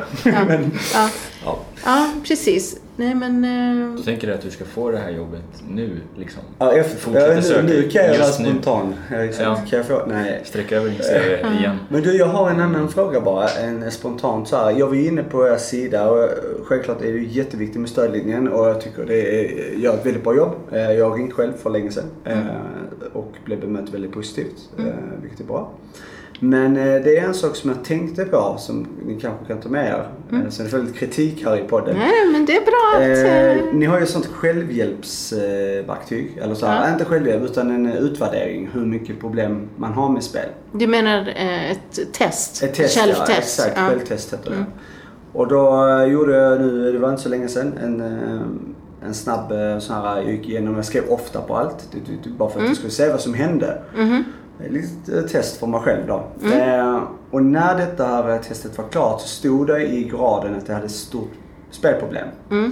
Ja, precis. Nej, men du tänker att du ska få det här jobbet nu liksom? Ja, nu kan jag vara spontan. Kan jag få? Nej. Sträcka över igen. Men du, jag har en annan fråga bara, en spontan så här. Jag var inne på er sida och självklart är det jätteviktigt med stödlinjen, och jag tycker det gör ett väldigt bra jobb. Jag har ringt själv för länge sedan och blev bemött väldigt positivt, vilket är bra. Men det är en sak som jag tänkte på som ni kanske kan ta med er. Så det är väldigt kritik här i podden. Nej, men det är bra att ni har ju ett sånt självhjälpsverktyg. Eller så här, inte självhjälp utan en utvärdering. Hur mycket problem man har med spel. Du menar ett test? Ett test, självtest. Ja, exakt. Självtest heter det. Och då gjorde jag nu, det var inte så länge sedan, en snabb sån här, jag gick igenom, jag skrev ofta på allt. Bara för att jag skulle se vad som hände. Lite test för mig själv då. Och när detta här testet var klart så stod det i graden att jag hade ett stort spelproblem.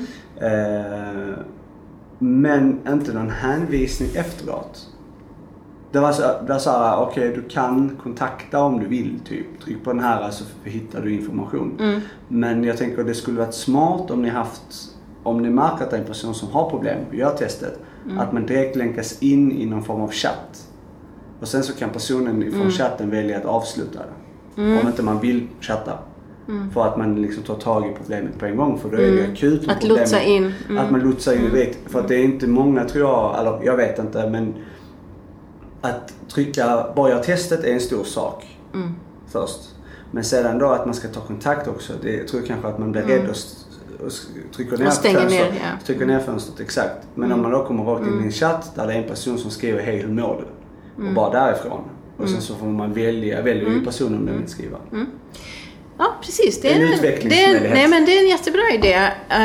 Men inte någon hänvisning efteråt. Det var så här, okej, du kan kontakta om du vill typ. Tryck på den här så hittar du information. Men jag tänker att det skulle varit smart om ni märker att det är en person som har problem, gör testet. Att man direkt länkas in i någon form av chatt. Och sen så kan personen från chatten välja att avsluta det. Om inte man vill chatta. För att man liksom tar tag i problemet på en gång. För då är det akut att lotsa in. Att man lotsar in direkt. För att det är inte många, tror jag, eller jag vet inte, men att bara göra testet är en stor sak först. Men sedan då att man ska ta kontakt också. Det tror jag kanske att man blir rädd och trycker ner fönstret. Trycker ner fönstret, exakt. Men om man då kommer rakt in i en chatt där det är en person som skriver hej, hur mår du? Och bara därifrån. Och sen så får man välja ju personen om den vill skriva. Ja, precis. Det är en utvecklingsmöjlighet. Nej, men det är en jättebra idé.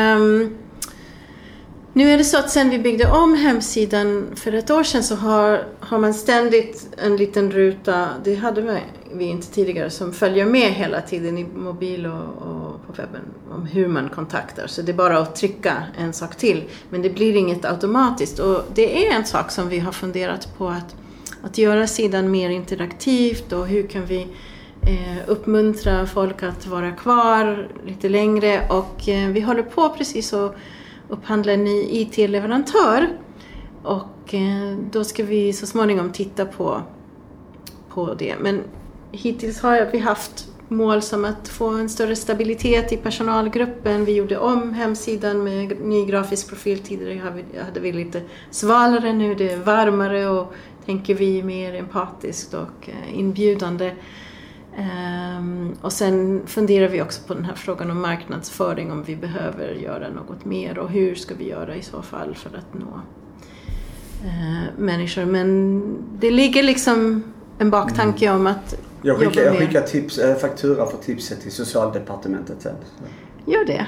Nu är det så att sen vi byggde om hemsidan för ett år sedan så har man ständigt en liten ruta, det hade vi inte tidigare, som följer med hela tiden i mobil och på webben om hur man kontaktar. Så det är bara att trycka en sak till, men det blir inget automatiskt. Och det är en sak som vi har funderat på, att göra sidan mer interaktivt, och hur kan vi uppmuntra folk att vara kvar lite längre. Och vi håller på precis att upphandla en ny IT-leverantör, och då ska vi så småningom titta på det. Men hittills har vi haft mål som att få en större stabilitet i personalgruppen. Vi gjorde om hemsidan med ny grafisk profil. Tidigare hade vi lite svalare, nu är det varmare och tänker vi mer empatiskt och inbjudande. Och sen funderar vi också på den här frågan om marknadsföring, om vi behöver göra något mer och hur ska vi göra i så fall för att nå människor. Men det ligger liksom en baktanke om att jag skickar faktura för tipset till socialdepartementet sen. Gör det.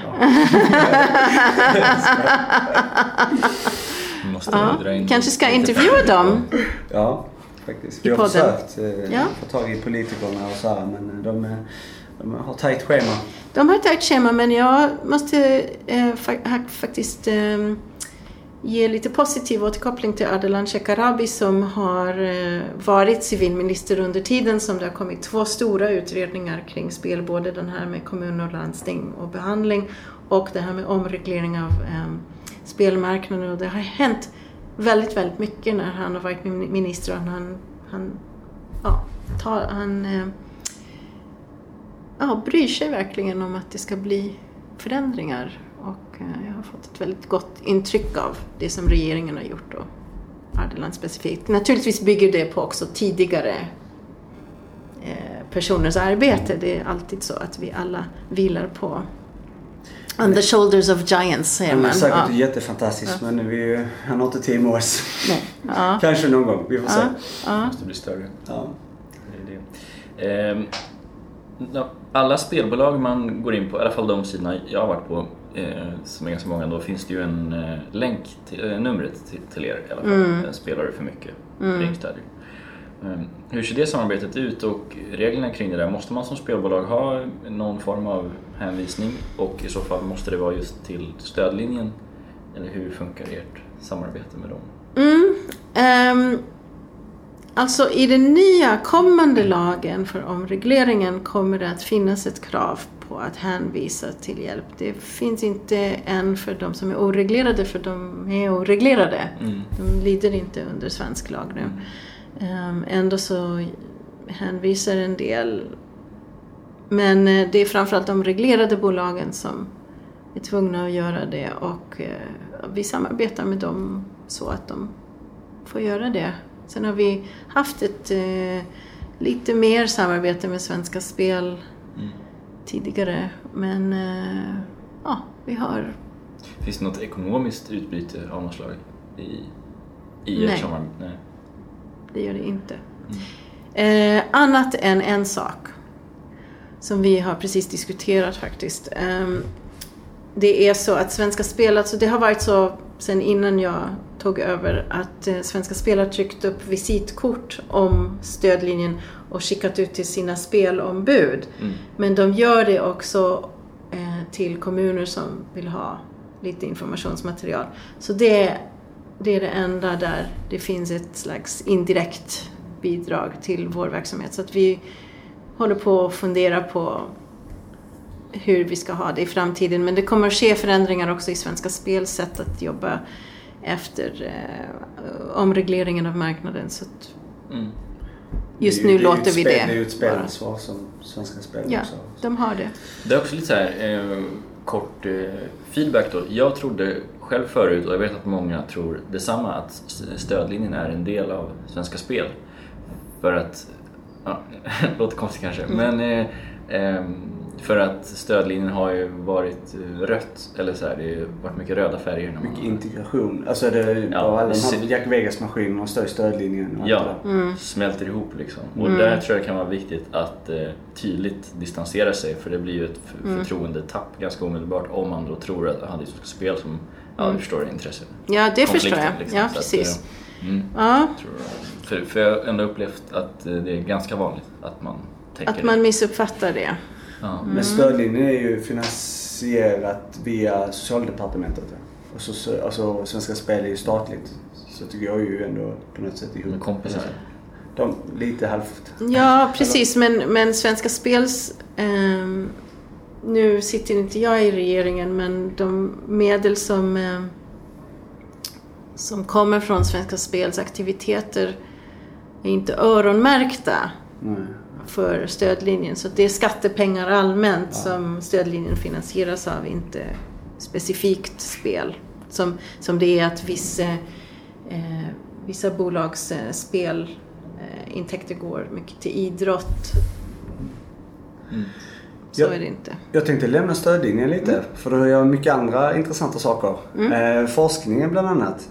Ja. Kanske ska intervjua dem. Ja, faktiskt. Vi har försökt få tag i politikerna och så här, men de har tajt schema. De har tajt schema, men jag måste faktiskt ge lite positiv återkoppling till Ardalan Shekarabi som har varit civilminister under tiden som det har kommit 2 stora utredningar kring spel, både den här med kommun och landsting och behandling och det här med omreglering av spelmarknaden. Och det har hänt väldigt, väldigt mycket när han har varit minister och han bryr sig verkligen om att det ska bli förändringar. Och jag har fått ett väldigt gott intryck av det som regeringen har gjort och Ardalan specifikt. Naturligtvis bygger det på också tidigare personers arbete. Det är alltid så att vi alla vilar på on the shoulders of giants, säger man. Det är säkert jättefantastiskt, men han har inte tid med oss. Nej. Kanske någon gång, vi får se. Det måste bli större. Ja. Det är det. Alla spelbolag man går in på, i alla fall de sidorna jag har varit på, som är ganska många, då finns det ju en länk till numret till er i alla fall. Spelar du för mycket? Hur ser det samarbetet ut och reglerna kring det där? Måste man som spelbolag ha någon form av hänvisning, och i så fall måste det vara just till stödlinjen, eller hur funkar ert samarbete med dem? Alltså i den nya kommande lagen för omregleringen kommer det att finnas ett krav på att hänvisa till hjälp. Det finns inte än för de som är oreglerade, för de är oreglerade. De lyder inte under svensk lag nu. Ändå så hänvisar en del. Men det är framförallt de reglerade bolagen som är tvungna att göra det, och vi samarbetar med dem så att de får göra det. Sen har vi haft ett lite mer samarbete med Svenska Spel tidigare, men vi har... Finns det något ekonomiskt utbyte av något slag i ert samarbete? Nej. Det gör det inte. Annat än en sak som vi har precis diskuterat faktiskt. Det är så att Svenska Spel, alltså det har varit så sen innan jag tog över, att Svenska Spel har tryckt upp visitkort om stödlinjen och skickat ut till sina spelombud. Men de gör det också till kommuner som vill ha lite informationsmaterial. Så det är det enda där det finns ett slags indirekt bidrag till vår verksamhet. Så att vi håller på att fundera på hur vi ska ha det i framtiden. Men det kommer att ske förändringar också i Svenska Spels sätt att jobba efter omregleringen av marknaden. Så att just nu låter vi det. Det är ju ett spelansvar som Svenska Spel också. Ja, de har det. Det är också lite så här kort feedback då. Jag trodde själv förut, och jag vet att många tror detsamma, att stödlinjen är en del av Svenska Spel. För att, det låter konstigt kanske, men för att stödlinjen har ju varit rött, eller så här, det har ju varit mycket röda färger. Mycket integration, alltså det alla de här Jack Vegas-maskinerna står i stödlinjen. Och smälter ihop liksom. Och där tror jag det kan vara viktigt att tydligt distansera sig, för det blir ju ett förtroendetapp ganska omedelbart om man då tror att det är Svenska Spel som du förstår det intresse. Ja, det förstår jag. Liksom. Ja, precis. För jag har ändå upplevt att det är ganska vanligt att man tänker att man missuppfattar det. Men stödlinjen är ju finansierat via socialdepartementet. Och så, alltså Svenska Spel är ju statligt. Så tycker jag ju ändå på något sätt ihop. Med kompisar. De lite halvt. Ja, precis. Men Svenska Spels... nu sitter inte jag i regeringen, men de medel som kommer från Svenska Spels aktiviteter är inte öronmärkta för stödlinjen. Så det är skattepengar allmänt som stödlinjen finansieras av, inte specifikt spel. Som det är att vissa bolags spelintäkter går mycket till idrott. Så är det inte. Jag tänkte lämna stödlinjen lite, för då gör jag mycket andra intressanta saker. Forskningen bland annat.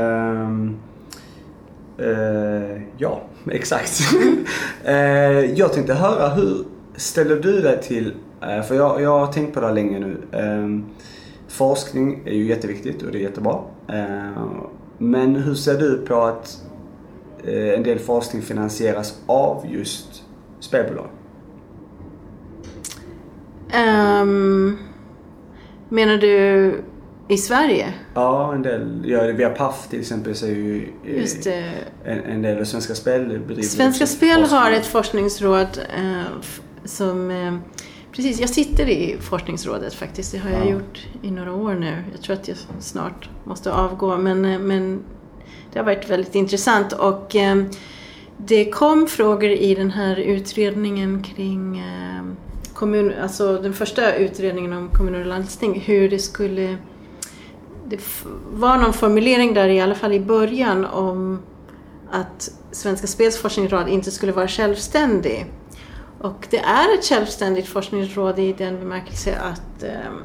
Ja, exakt. Jag tänkte höra, hur ställer du dig till, för jag har tänkt på det länge nu. Forskning är ju jätteviktigt och det är jättebra. Men hur ser du på att en del forskning finansieras av just spelbolag? Menar du i Sverige? Ja, en del. Ja, via PAF till exempel så är ju en del av Svenska Spel bedriver. Svenska Spel har ett forskningsråd som... Precis, jag sitter i forskningsrådet faktiskt. Det har jag gjort i några år nu. Jag tror att jag snart måste avgå. Men det har varit väldigt intressant. Och det kom frågor i den här utredningen kring alltså den första utredningen om kommuner och landsting. Hur det skulle... Det var någon formulering där i alla fall i början om att Svenska Spels forskningsråd inte skulle vara självständig. Och det är ett självständigt forskningsråd i den bemärkelse att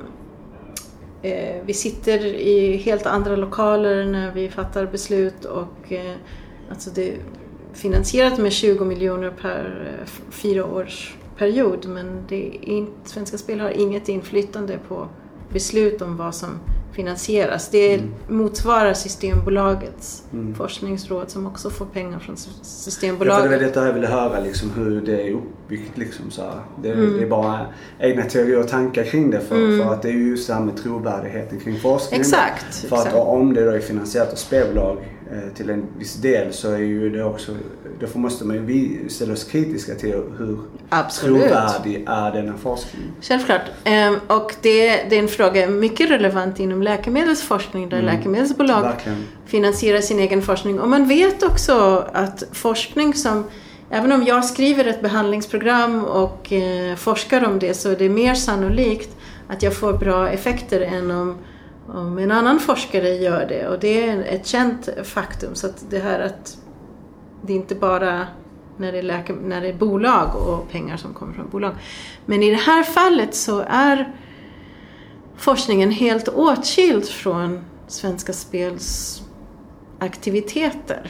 vi sitter i helt andra lokaler när vi fattar beslut, och alltså det är finansierat med 20 miljoner per 4-årsperiod, men Svenska Spel har inget inflytande på beslut om vad som finansieras. Det motsvarar Systembolagets forskningsråd som också får pengar från Systembolaget. Ja, det är detta jag ville höra, liksom, hur det är uppbyggt. Liksom, så det är bara egna teorier och tankar kring det för att det är ju just det här med trovärdigheten kring forskningen. Exakt. För att om det då är finansierat av spelbolag till en viss del, så är ju det också, därför måste man ju ställa oss kritiska till hur trovärdig är denna forskning. Självklart. Och det är en fråga mycket relevant inom läkemedelsforskning, där läkemedelsbolag finansierar sin egen forskning. Och man vet också att forskning som, även om jag skriver ett behandlingsprogram och forskar om det, så är det mer sannolikt att jag får bra effekter än om en annan forskare gör det. Och det är ett känt faktum. Så att det här att det är inte bara när det är bolag och pengar som kommer från bolag. Men i det här fallet så är forskningen helt åtskild från Svenska Spels aktiviteter.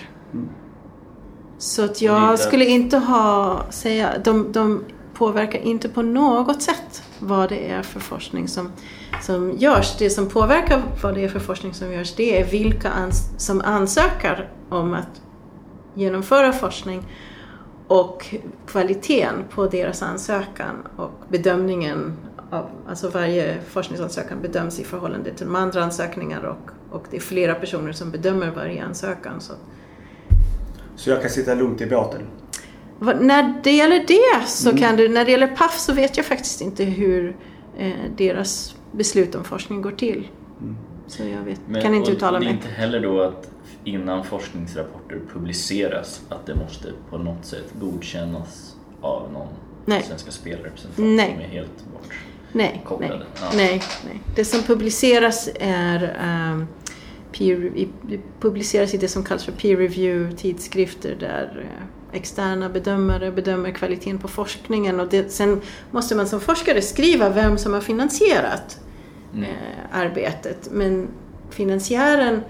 Så att jag skulle inte säga, de påverkar inte på något sätt vad det är för forskning som görs. Det som påverkar vad det är för forskning som görs, det är vilka som ansöker om att genomföra forskning och kvaliteten på deras ansökan och bedömningen av, alltså varje forskningsansökan bedöms i förhållande till de andra ansökningar, och det är flera personer som bedömer varje ansökan. Så jag kan sitta lugnt i båten? När det gäller det så kan du, när det gäller PAF så vet jag faktiskt inte hur deras beslut om forskning går till. Så jag kan inte uttala mig. Det är inte heller då att innan forskningsrapporter publiceras att det måste på något sätt godkännas av någon Svenska Spelrepresentant som är helt bortkopplade? Nej. Det som publiceras är publiceras i det som kallas för peer review tidskrifter, där externa bedömare bedömer kvaliteten på forskningen, och sen måste man som forskare skriva vem som har finansierat arbetet, men finansiären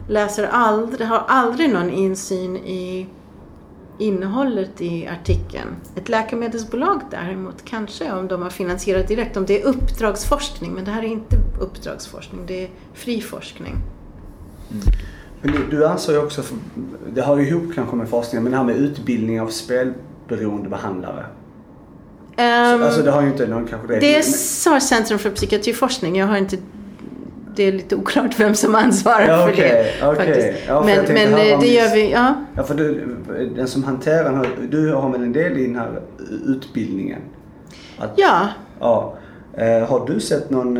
har aldrig någon insyn i innehållet i artikeln. Ett läkemedelsbolag däremot kanske, om de har finansierat direkt, om det är uppdragsforskning, men det här är inte uppdragsforskning, det är fri forskning. Men du ansåg ju också, det har ju ihop kanske med forskningen, men det här med utbildning av spelberoende behandlare. Alltså det har ju inte någon kanske det. Det har Centrum för psykiatriforskning. Jag har inte, det är lite oklart vem som ansvarar för det faktiskt. Ja, men det gör vi, ja. Ja, för den som hanterar, du har väl en del i den här utbildningen? Ja. Har du sett någon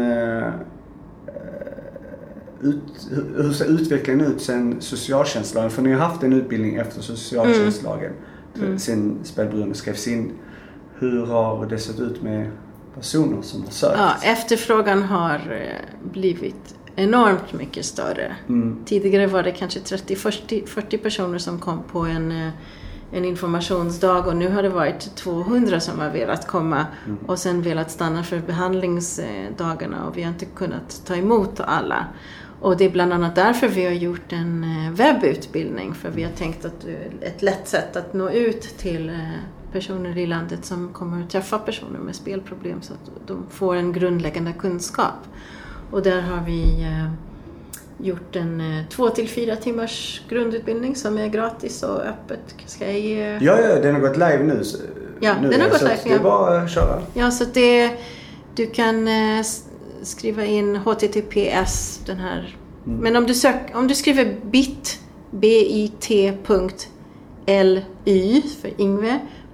hur ser utvecklingen ut sen socialtjänstlagen? För ni har haft en utbildning efter socialtjänstlagen sen spelberoende skrevs in. hur har det sett ut med personer som har sökt? Ja, efterfrågan har blivit enormt mycket större. Tidigare var det kanske 30-40 personer som kom på en informationsdag, och nu har det varit 200 som har velat komma och sen velat stanna för behandlingsdagarna, och vi har inte kunnat ta emot alla. Och det är bland annat därför vi har gjort en webbutbildning, för vi har tänkt att ett lätt sätt att nå ut till personer i landet som kommer att träffa personer med spelproblem, så att de får en grundläggande kunskap. Och där har vi gjort en 2-4 timmars grundutbildning som är gratis och öppet. Ska jag ge... Ja, den har gått live nu. Ja, den har gått live. Det är bara att köra. Ja, så du kan skriva in HTTPS den här. Men om du skriver bit.ly för Ingve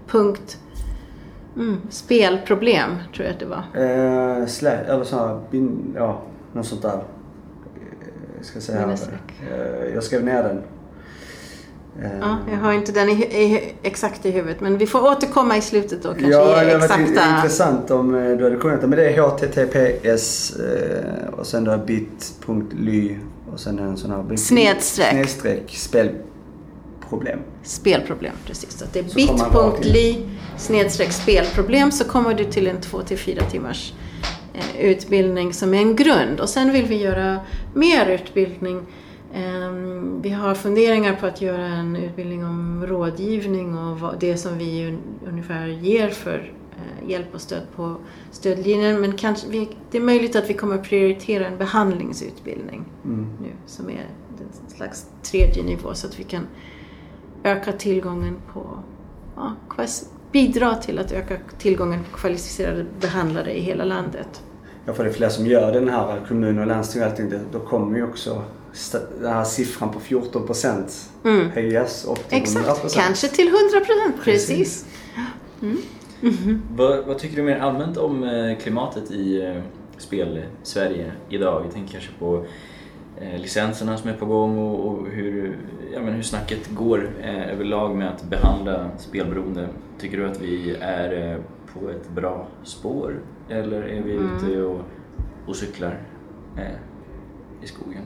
spelproblem, tror jag att det var. Eller så här, något sånt där. Jag ska säga här. Jag skrev ner den. Ja, jag har inte den exakt i huvudet, men vi får återkomma i slutet då kanske. Ja, det var intressant om du hade kunnat. Men det är HTTPS och sen då bit.ly och sen en sån här snedstreck spelproblem. Spelproblem, precis. Så det är bit.ly /spelproblem, så kommer du till en 2-4 timmars utbildning som är en grund. Och sen vill vi göra mer utbildning. Vi har funderingar på att göra en utbildning om rådgivning och det som vi ungefär ger för hjälp och stöd på stödlinjen. Men kanske det är möjligt att vi kommer att prioritera en behandlingsutbildning nu, som är en slags 3:e nivå, så att vi kan öka tillgången på bidra till att öka tillgången på kvalificerade behandlare i hela landet. Ja, för det är fler som gör den här kommun och landsting och allting, då kommer ju också den här siffran på 14% höjas upp till 100%. Exakt, kanske till 100%, precis. Vad tycker du mer allmänt om klimatet i spel-Sverige idag? Jag tänker kanske på licenserna som är på gång och hur snacket går överlag med att behandla spelberoende. Tycker du att vi är på ett bra spår, eller är vi ute och cyklar i skogen?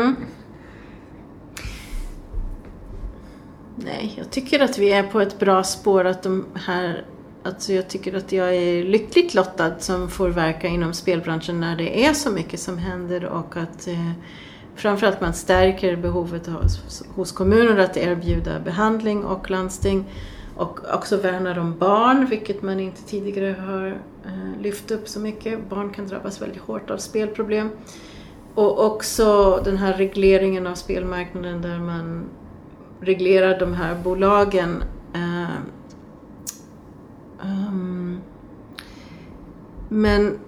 Nej, jag tycker att vi är på ett bra spår. Jag tycker att jag är lyckligt lottad som får verka inom spelbranschen när det är så mycket som händer, och att framförallt man stärker behovet hos kommuner att erbjuda behandling, och landsting, och också värnar om barn, vilket man inte tidigare har lyft upp så mycket. Barn kan drabbas väldigt hårt av spelproblem. Och också den här regleringen av spelmarknaden, där man reglerar de här bolagen. Men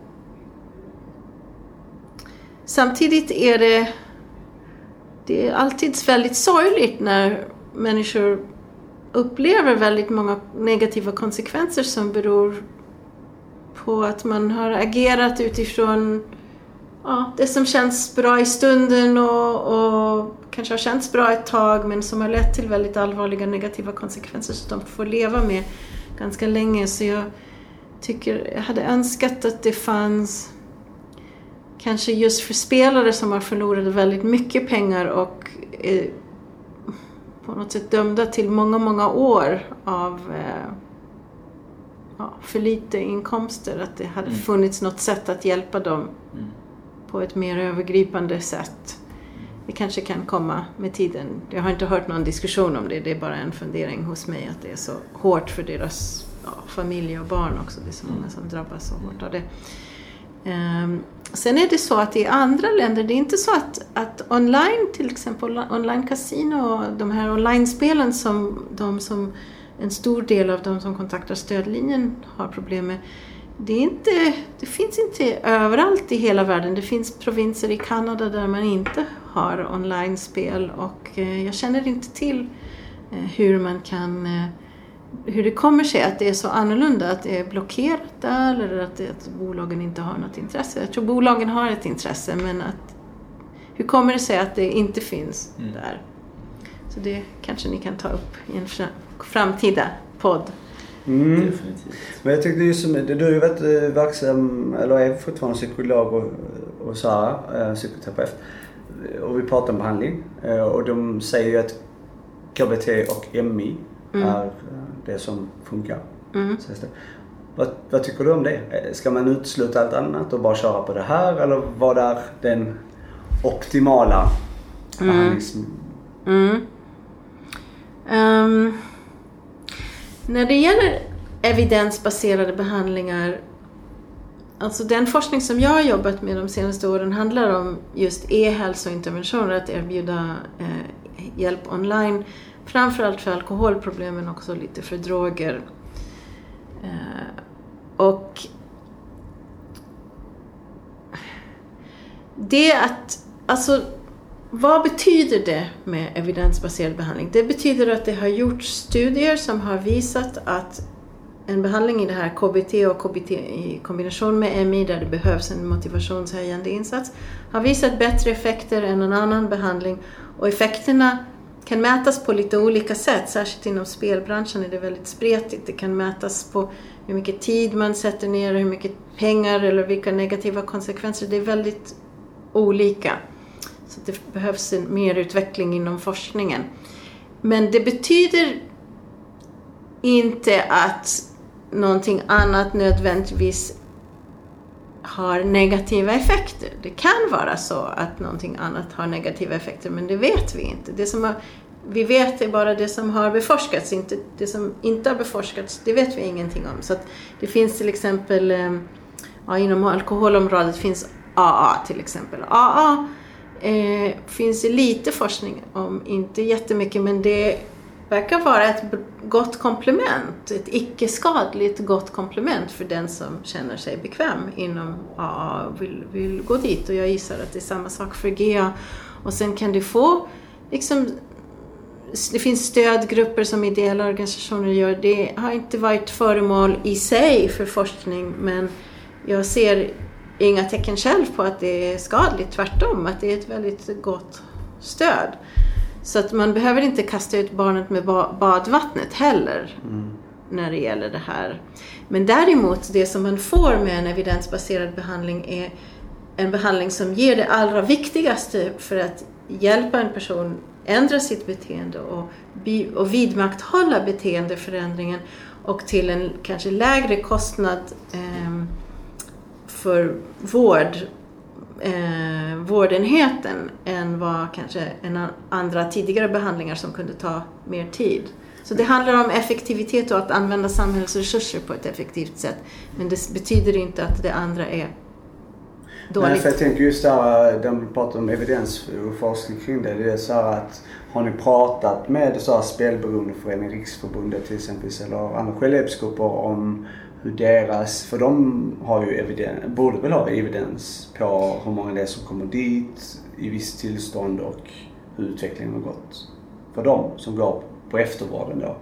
samtidigt är det är alltid väldigt sorgligt när människor upplever väldigt många negativa konsekvenser som beror på att man har agerat utifrån det som känns bra i stunden och kanske har känts bra ett tag, men som har lett till väldigt allvarliga negativa konsekvenser som de får leva med ganska länge. Så jag hade önskat att det fanns, kanske just för spelare som har förlorat väldigt mycket pengar och är på något sätt dömda till många år av för lite inkomster, att det hade funnits något sätt att hjälpa dem på ett mer övergripande sätt. Det kanske kan komma med tiden. Jag har inte hört någon diskussion om det. Det är bara en fundering hos mig att det är så hårt för deras familj och barn också. Det är så många som drabbas så hårt av det. Sen är det så att i andra länder, det är inte så att online, till exempel online casino och de här online-spelen som en stor del av de som kontaktar stödlinjen har problem med. Det finns inte överallt i hela världen. Det finns provinser i Kanada där man inte har online-spel, och jag känner inte till hur det kommer sig att det är så annorlunda, att det är blockerat där, eller att bolagen inte har något intresse. Jag tror bolagen har ett intresse, men hur kommer det sig att det inte finns där? Så det kanske ni kan ta upp i en framtida podd. Definitivt. Men jag tyckte just som du har ju varit verksam, eller är fortfarande psykolog och så här, psykoterapeut. Och vi pratar om behandling. Och de säger ju att KBT och MI är det som funkar. Vad tycker du om det? Ska man utesluta allt annat och bara köra på det här? Eller vad är den optimala behandlingen? När det gäller evidensbaserade behandlingar, alltså den forskning som jag har jobbat med de senaste åren handlar om just e-hälsointerventioner, att erbjuda hjälp online, framförallt för alkoholproblem men också lite för droger. Och det att, alltså vad betyder det med evidensbaserad behandling? Det betyder att det har gjorts studier som har visat att en behandling i det här KBT och KBT i kombination med MI, där det behövs en motivationshöjande insats, har visat bättre effekter än en annan behandling. Och effekterna kan mätas på lite olika sätt. Särskilt inom spelbranschen är det väldigt spretigt. Det kan mätas på hur mycket tid man sätter ner, hur mycket pengar eller vilka negativa konsekvenser. Det är väldigt olika. Så det behövs en mer utveckling inom forskningen. Men det betyder inte att någonting annat nödvändigtvis har negativa effekter. Det kan vara så att någonting annat har negativa effekter, men det vet vi inte. Det som vi vet är bara det som har beforskats, inte det som inte har beforskats, det vet vi ingenting om. Så att det finns till exempel inom alkoholområdet finns AA till exempel. AA finns det lite forskning om, inte jättemycket, men det verkar vara ett gott komplement, ett icke-skadligt gott komplement för den som känner sig bekväm inom AA och vill gå dit. Och jag gissar att det är samma sak för GA. Och sen kan du få, liksom, det finns stödgrupper som ideella organisationer gör. Det har inte varit föremål i sig för forskning, men jag ser inga tecken själv på att det är skadligt, tvärtom, att det är ett väldigt gott stöd. Så att man behöver inte kasta ut barnet med badvattnet heller när det gäller det här. Men däremot, det som man får med en evidensbaserad behandling är en behandling som ger det allra viktigaste för att hjälpa en person ändra sitt beteende och vidmakthålla beteendeförändringen, och till en kanske lägre kostnad för vårdenheten än vad kanske andra tidigare behandlingar som kunde ta mer tid. Så det handlar om effektivitet och att använda samhällsresurser på ett effektivt sätt. Men det betyder inte att det andra är dåligt. Nej, för jag tänker just där, de pratar om evidens och forskning kring det. Det är så här att, har ni pratat med så här spelberoendeföreningen, Riksförbundet till exempel, eller andra självhjälpsgrupper om hur deras, för de har ju evidens, borde väl ha evidens på hur många det är som kommer dit i visst tillstånd och hur utvecklingen har gått för dem som går på eftervården då.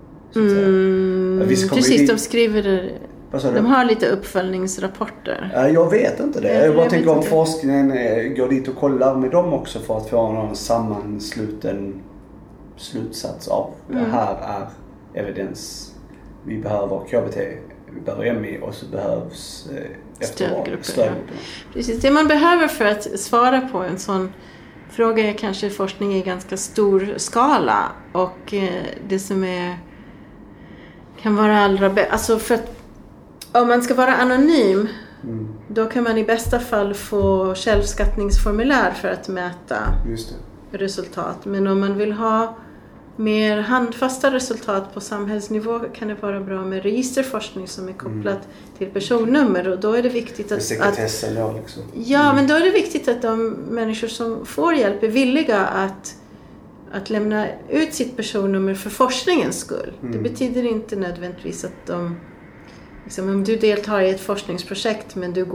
Precis, de skriver det. De har lite uppföljningsrapporter. Jag vet inte det. Jag bara tänker om forskningen går dit och kollar med dem också för att få någon sammansluten slutsats av det här är evidens. Vi behöver KBT, vi behöver MI och så behövs stödgrupper. Precis, det man behöver för att svara på en sån fråga är kanske forskning i ganska stor skala, och det som kan vara allra bäst, alltså för att om man ska vara anonym då kan man i bästa fall få självskattningsformulär för att mäta resultat. Men om man vill ha mer handfasta resultat på samhällsnivå kan det vara bra med registerforskning som är kopplat till personnummer, och då är det viktigt att sekretessen då liksom. Ja, men då är det viktigt att de människor som får hjälp är villiga att lämna ut sitt personnummer för forskningens skull. Det betyder inte nödvändigtvis att de, liksom, om du deltar i ett forskningsprojekt men du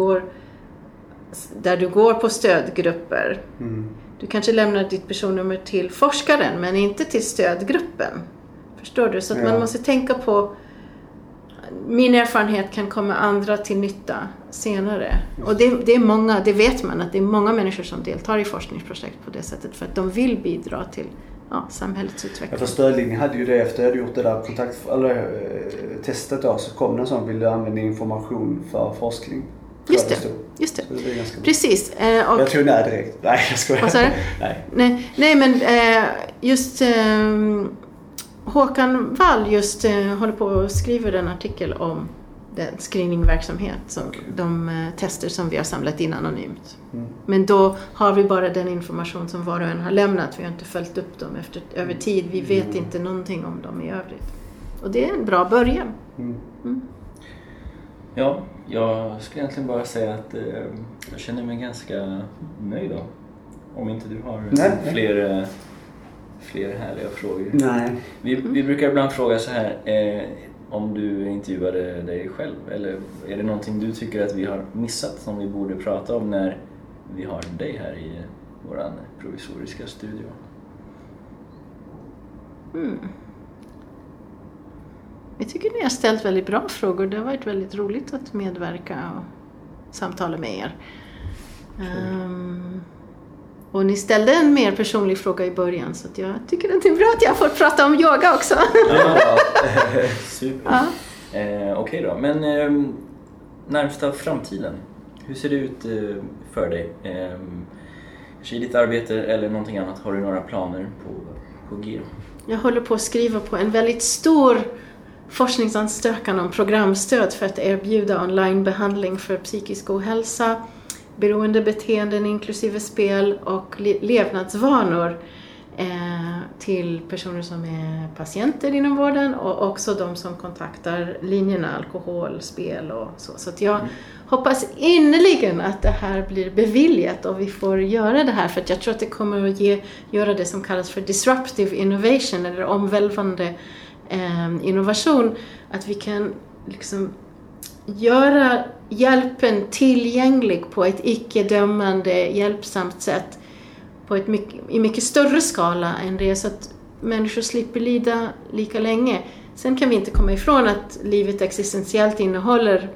går på stödgrupper. Du kanske lämnar ditt personnummer till forskaren men inte till stödgruppen. Förstår du? Så att man måste tänka på, min erfarenhet kan komma andra till nytta senare. Och det är många, det vet man, att det är många människor som deltar i forskningsprojekt på det sättet för att de vill bidra till samhällets utveckling. För Stödlinjen hade ju det efter jag hade gjort det där testet då, så kom det en sån, vill du använda information för forskning? Just det. Precis. Jag tror nej direkt. Nej, jag skojar. Nej, men just Håkan Wall håller på att skriva en artikel om den screeningverksamhet, som de tester som vi har samlat in anonymt. Men då har vi bara den information som var och en har lämnat. Vi har inte följt upp dem över tid. Vi vet inte någonting om dem i övrigt. Och det är en bra början. Ja, jag skulle egentligen bara säga att jag känner mig ganska nöjd då. Om inte du har fler härliga frågor. Nej. Vi brukar ibland fråga så här, om du intervjuade dig själv, eller är det någonting du tycker att vi har missat som vi borde prata om när vi har dig här i våran provisoriska studio? Jag tycker ni har ställt väldigt bra frågor. Det har varit väldigt roligt att medverka och samtala med er. Och ni ställde en mer personlig fråga i början, så att jag tycker att det är bra att jag får prata om yoga också. Super. Okej då, men närmsta framtiden, hur ser det ut för dig? I ditt arbete eller någonting annat, har du några planer på G? Jag håller på att skriva på en väldigt stor forskningsansökan om programstöd för att erbjuda onlinebehandling för psykisk ohälsa, beroendebeteenden inklusive spel och levnadsvanor till personer som är patienter inom vården och också de som kontaktar linjerna alkohol, spel och så. Så att jag hoppas innerligen att det här blir beviljat och vi får göra det här, för att jag tror att det kommer att göra det som kallas för disruptive innovation eller omvälvande innovation, att vi kan liksom göra hjälpen tillgänglig på ett icke-dömande, hjälpsamt sätt i mycket större skala än det, så att människor slipper lida lika länge. Sen kan vi inte komma ifrån att livet existentiellt innehåller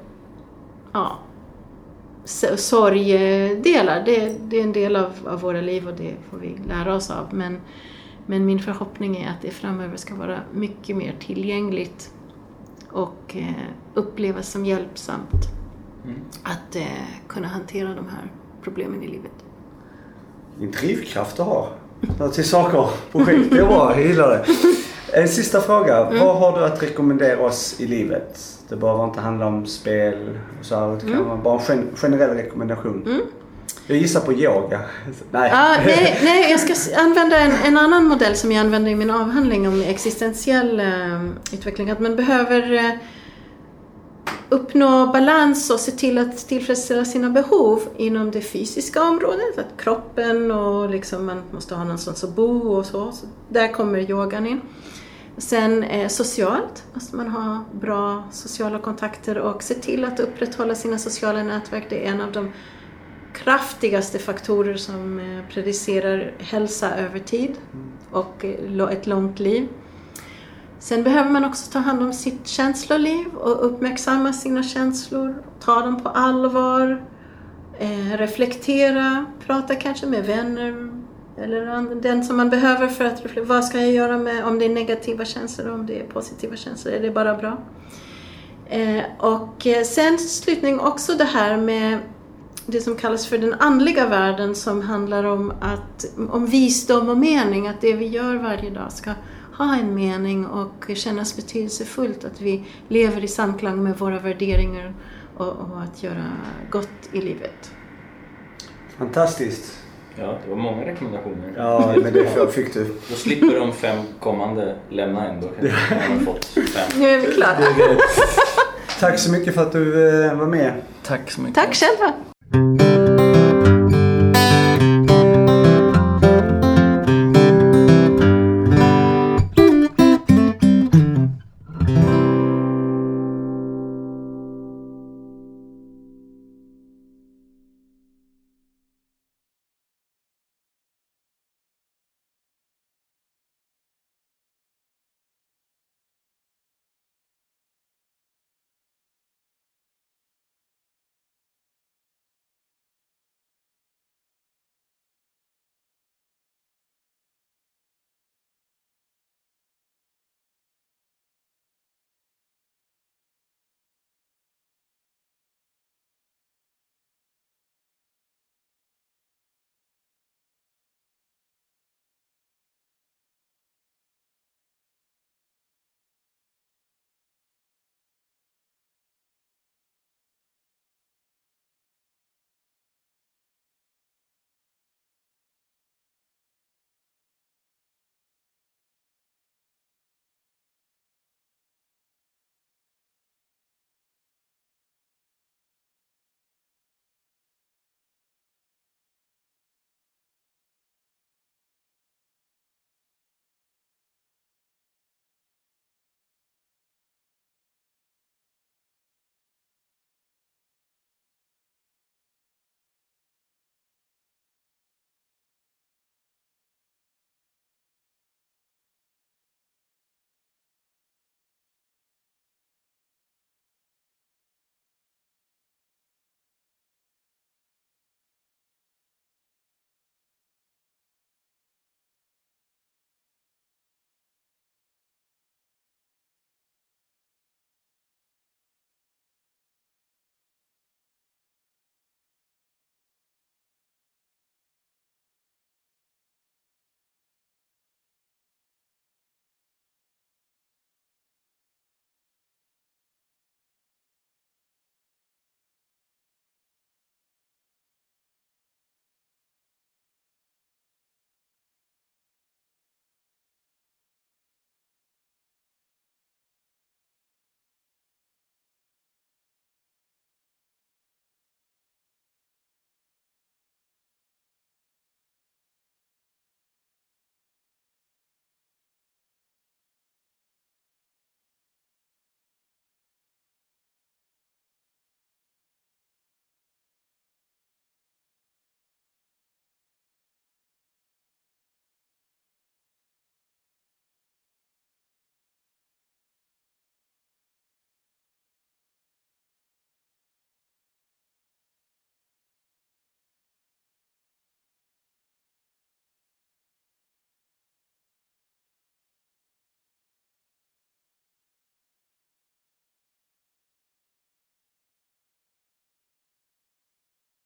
sorgdelar. Det är en del av våra liv och det får vi lära oss av. Men min förhoppning är att det framöver ska vara mycket mer tillgängligt och upplevas som hjälpsamt att kunna hantera de här problemen i livet. En drivkraft att ha till saker, projekt, det är bra, jag gillar det. En sista fråga, vad har du att rekommendera oss i livet? Det behöver inte handla om spel och så här, det kan vara bara en generell rekommendation. Jag gissar på yoga. Nej, jag ska använda en annan modell som jag använder i min avhandling om existentiell utveckling. Att man behöver uppnå balans och se till att tillfredsställa sina behov inom det fysiska området. Att kroppen och liksom man måste ha någonstans att bo och så. Där kommer yogan in. Sen socialt måste man ha bra sociala kontakter och se till att upprätthålla sina sociala nätverk. Det är en av de kraftigaste faktorer som predicerar hälsa över tid och ett långt liv. Sen behöver man också ta hand om sitt känsloliv och uppmärksamma sina känslor, ta dem på allvar, reflektera, prata kanske med vänner eller den som man behöver för att reflektera. Vad ska jag göra med om det är negativa känslor, om det är positiva känslor, är det bara bra? Och sen slutning också det här med det som kallas för den andliga världen, som handlar om visdom och mening, att det vi gör varje dag ska ha en mening och kännas betydelsefullt, att vi lever i samklang med våra värderingar och att göra gott i livet. Fantastiskt. Ja, det var många rekommendationer. Ja, men det fick du. Då slipper de 5 kommande lämna ändå. Kanske man har fått 5. Nu är vi klara. Tack så mycket för att du var med. Tack så mycket. Tack själva.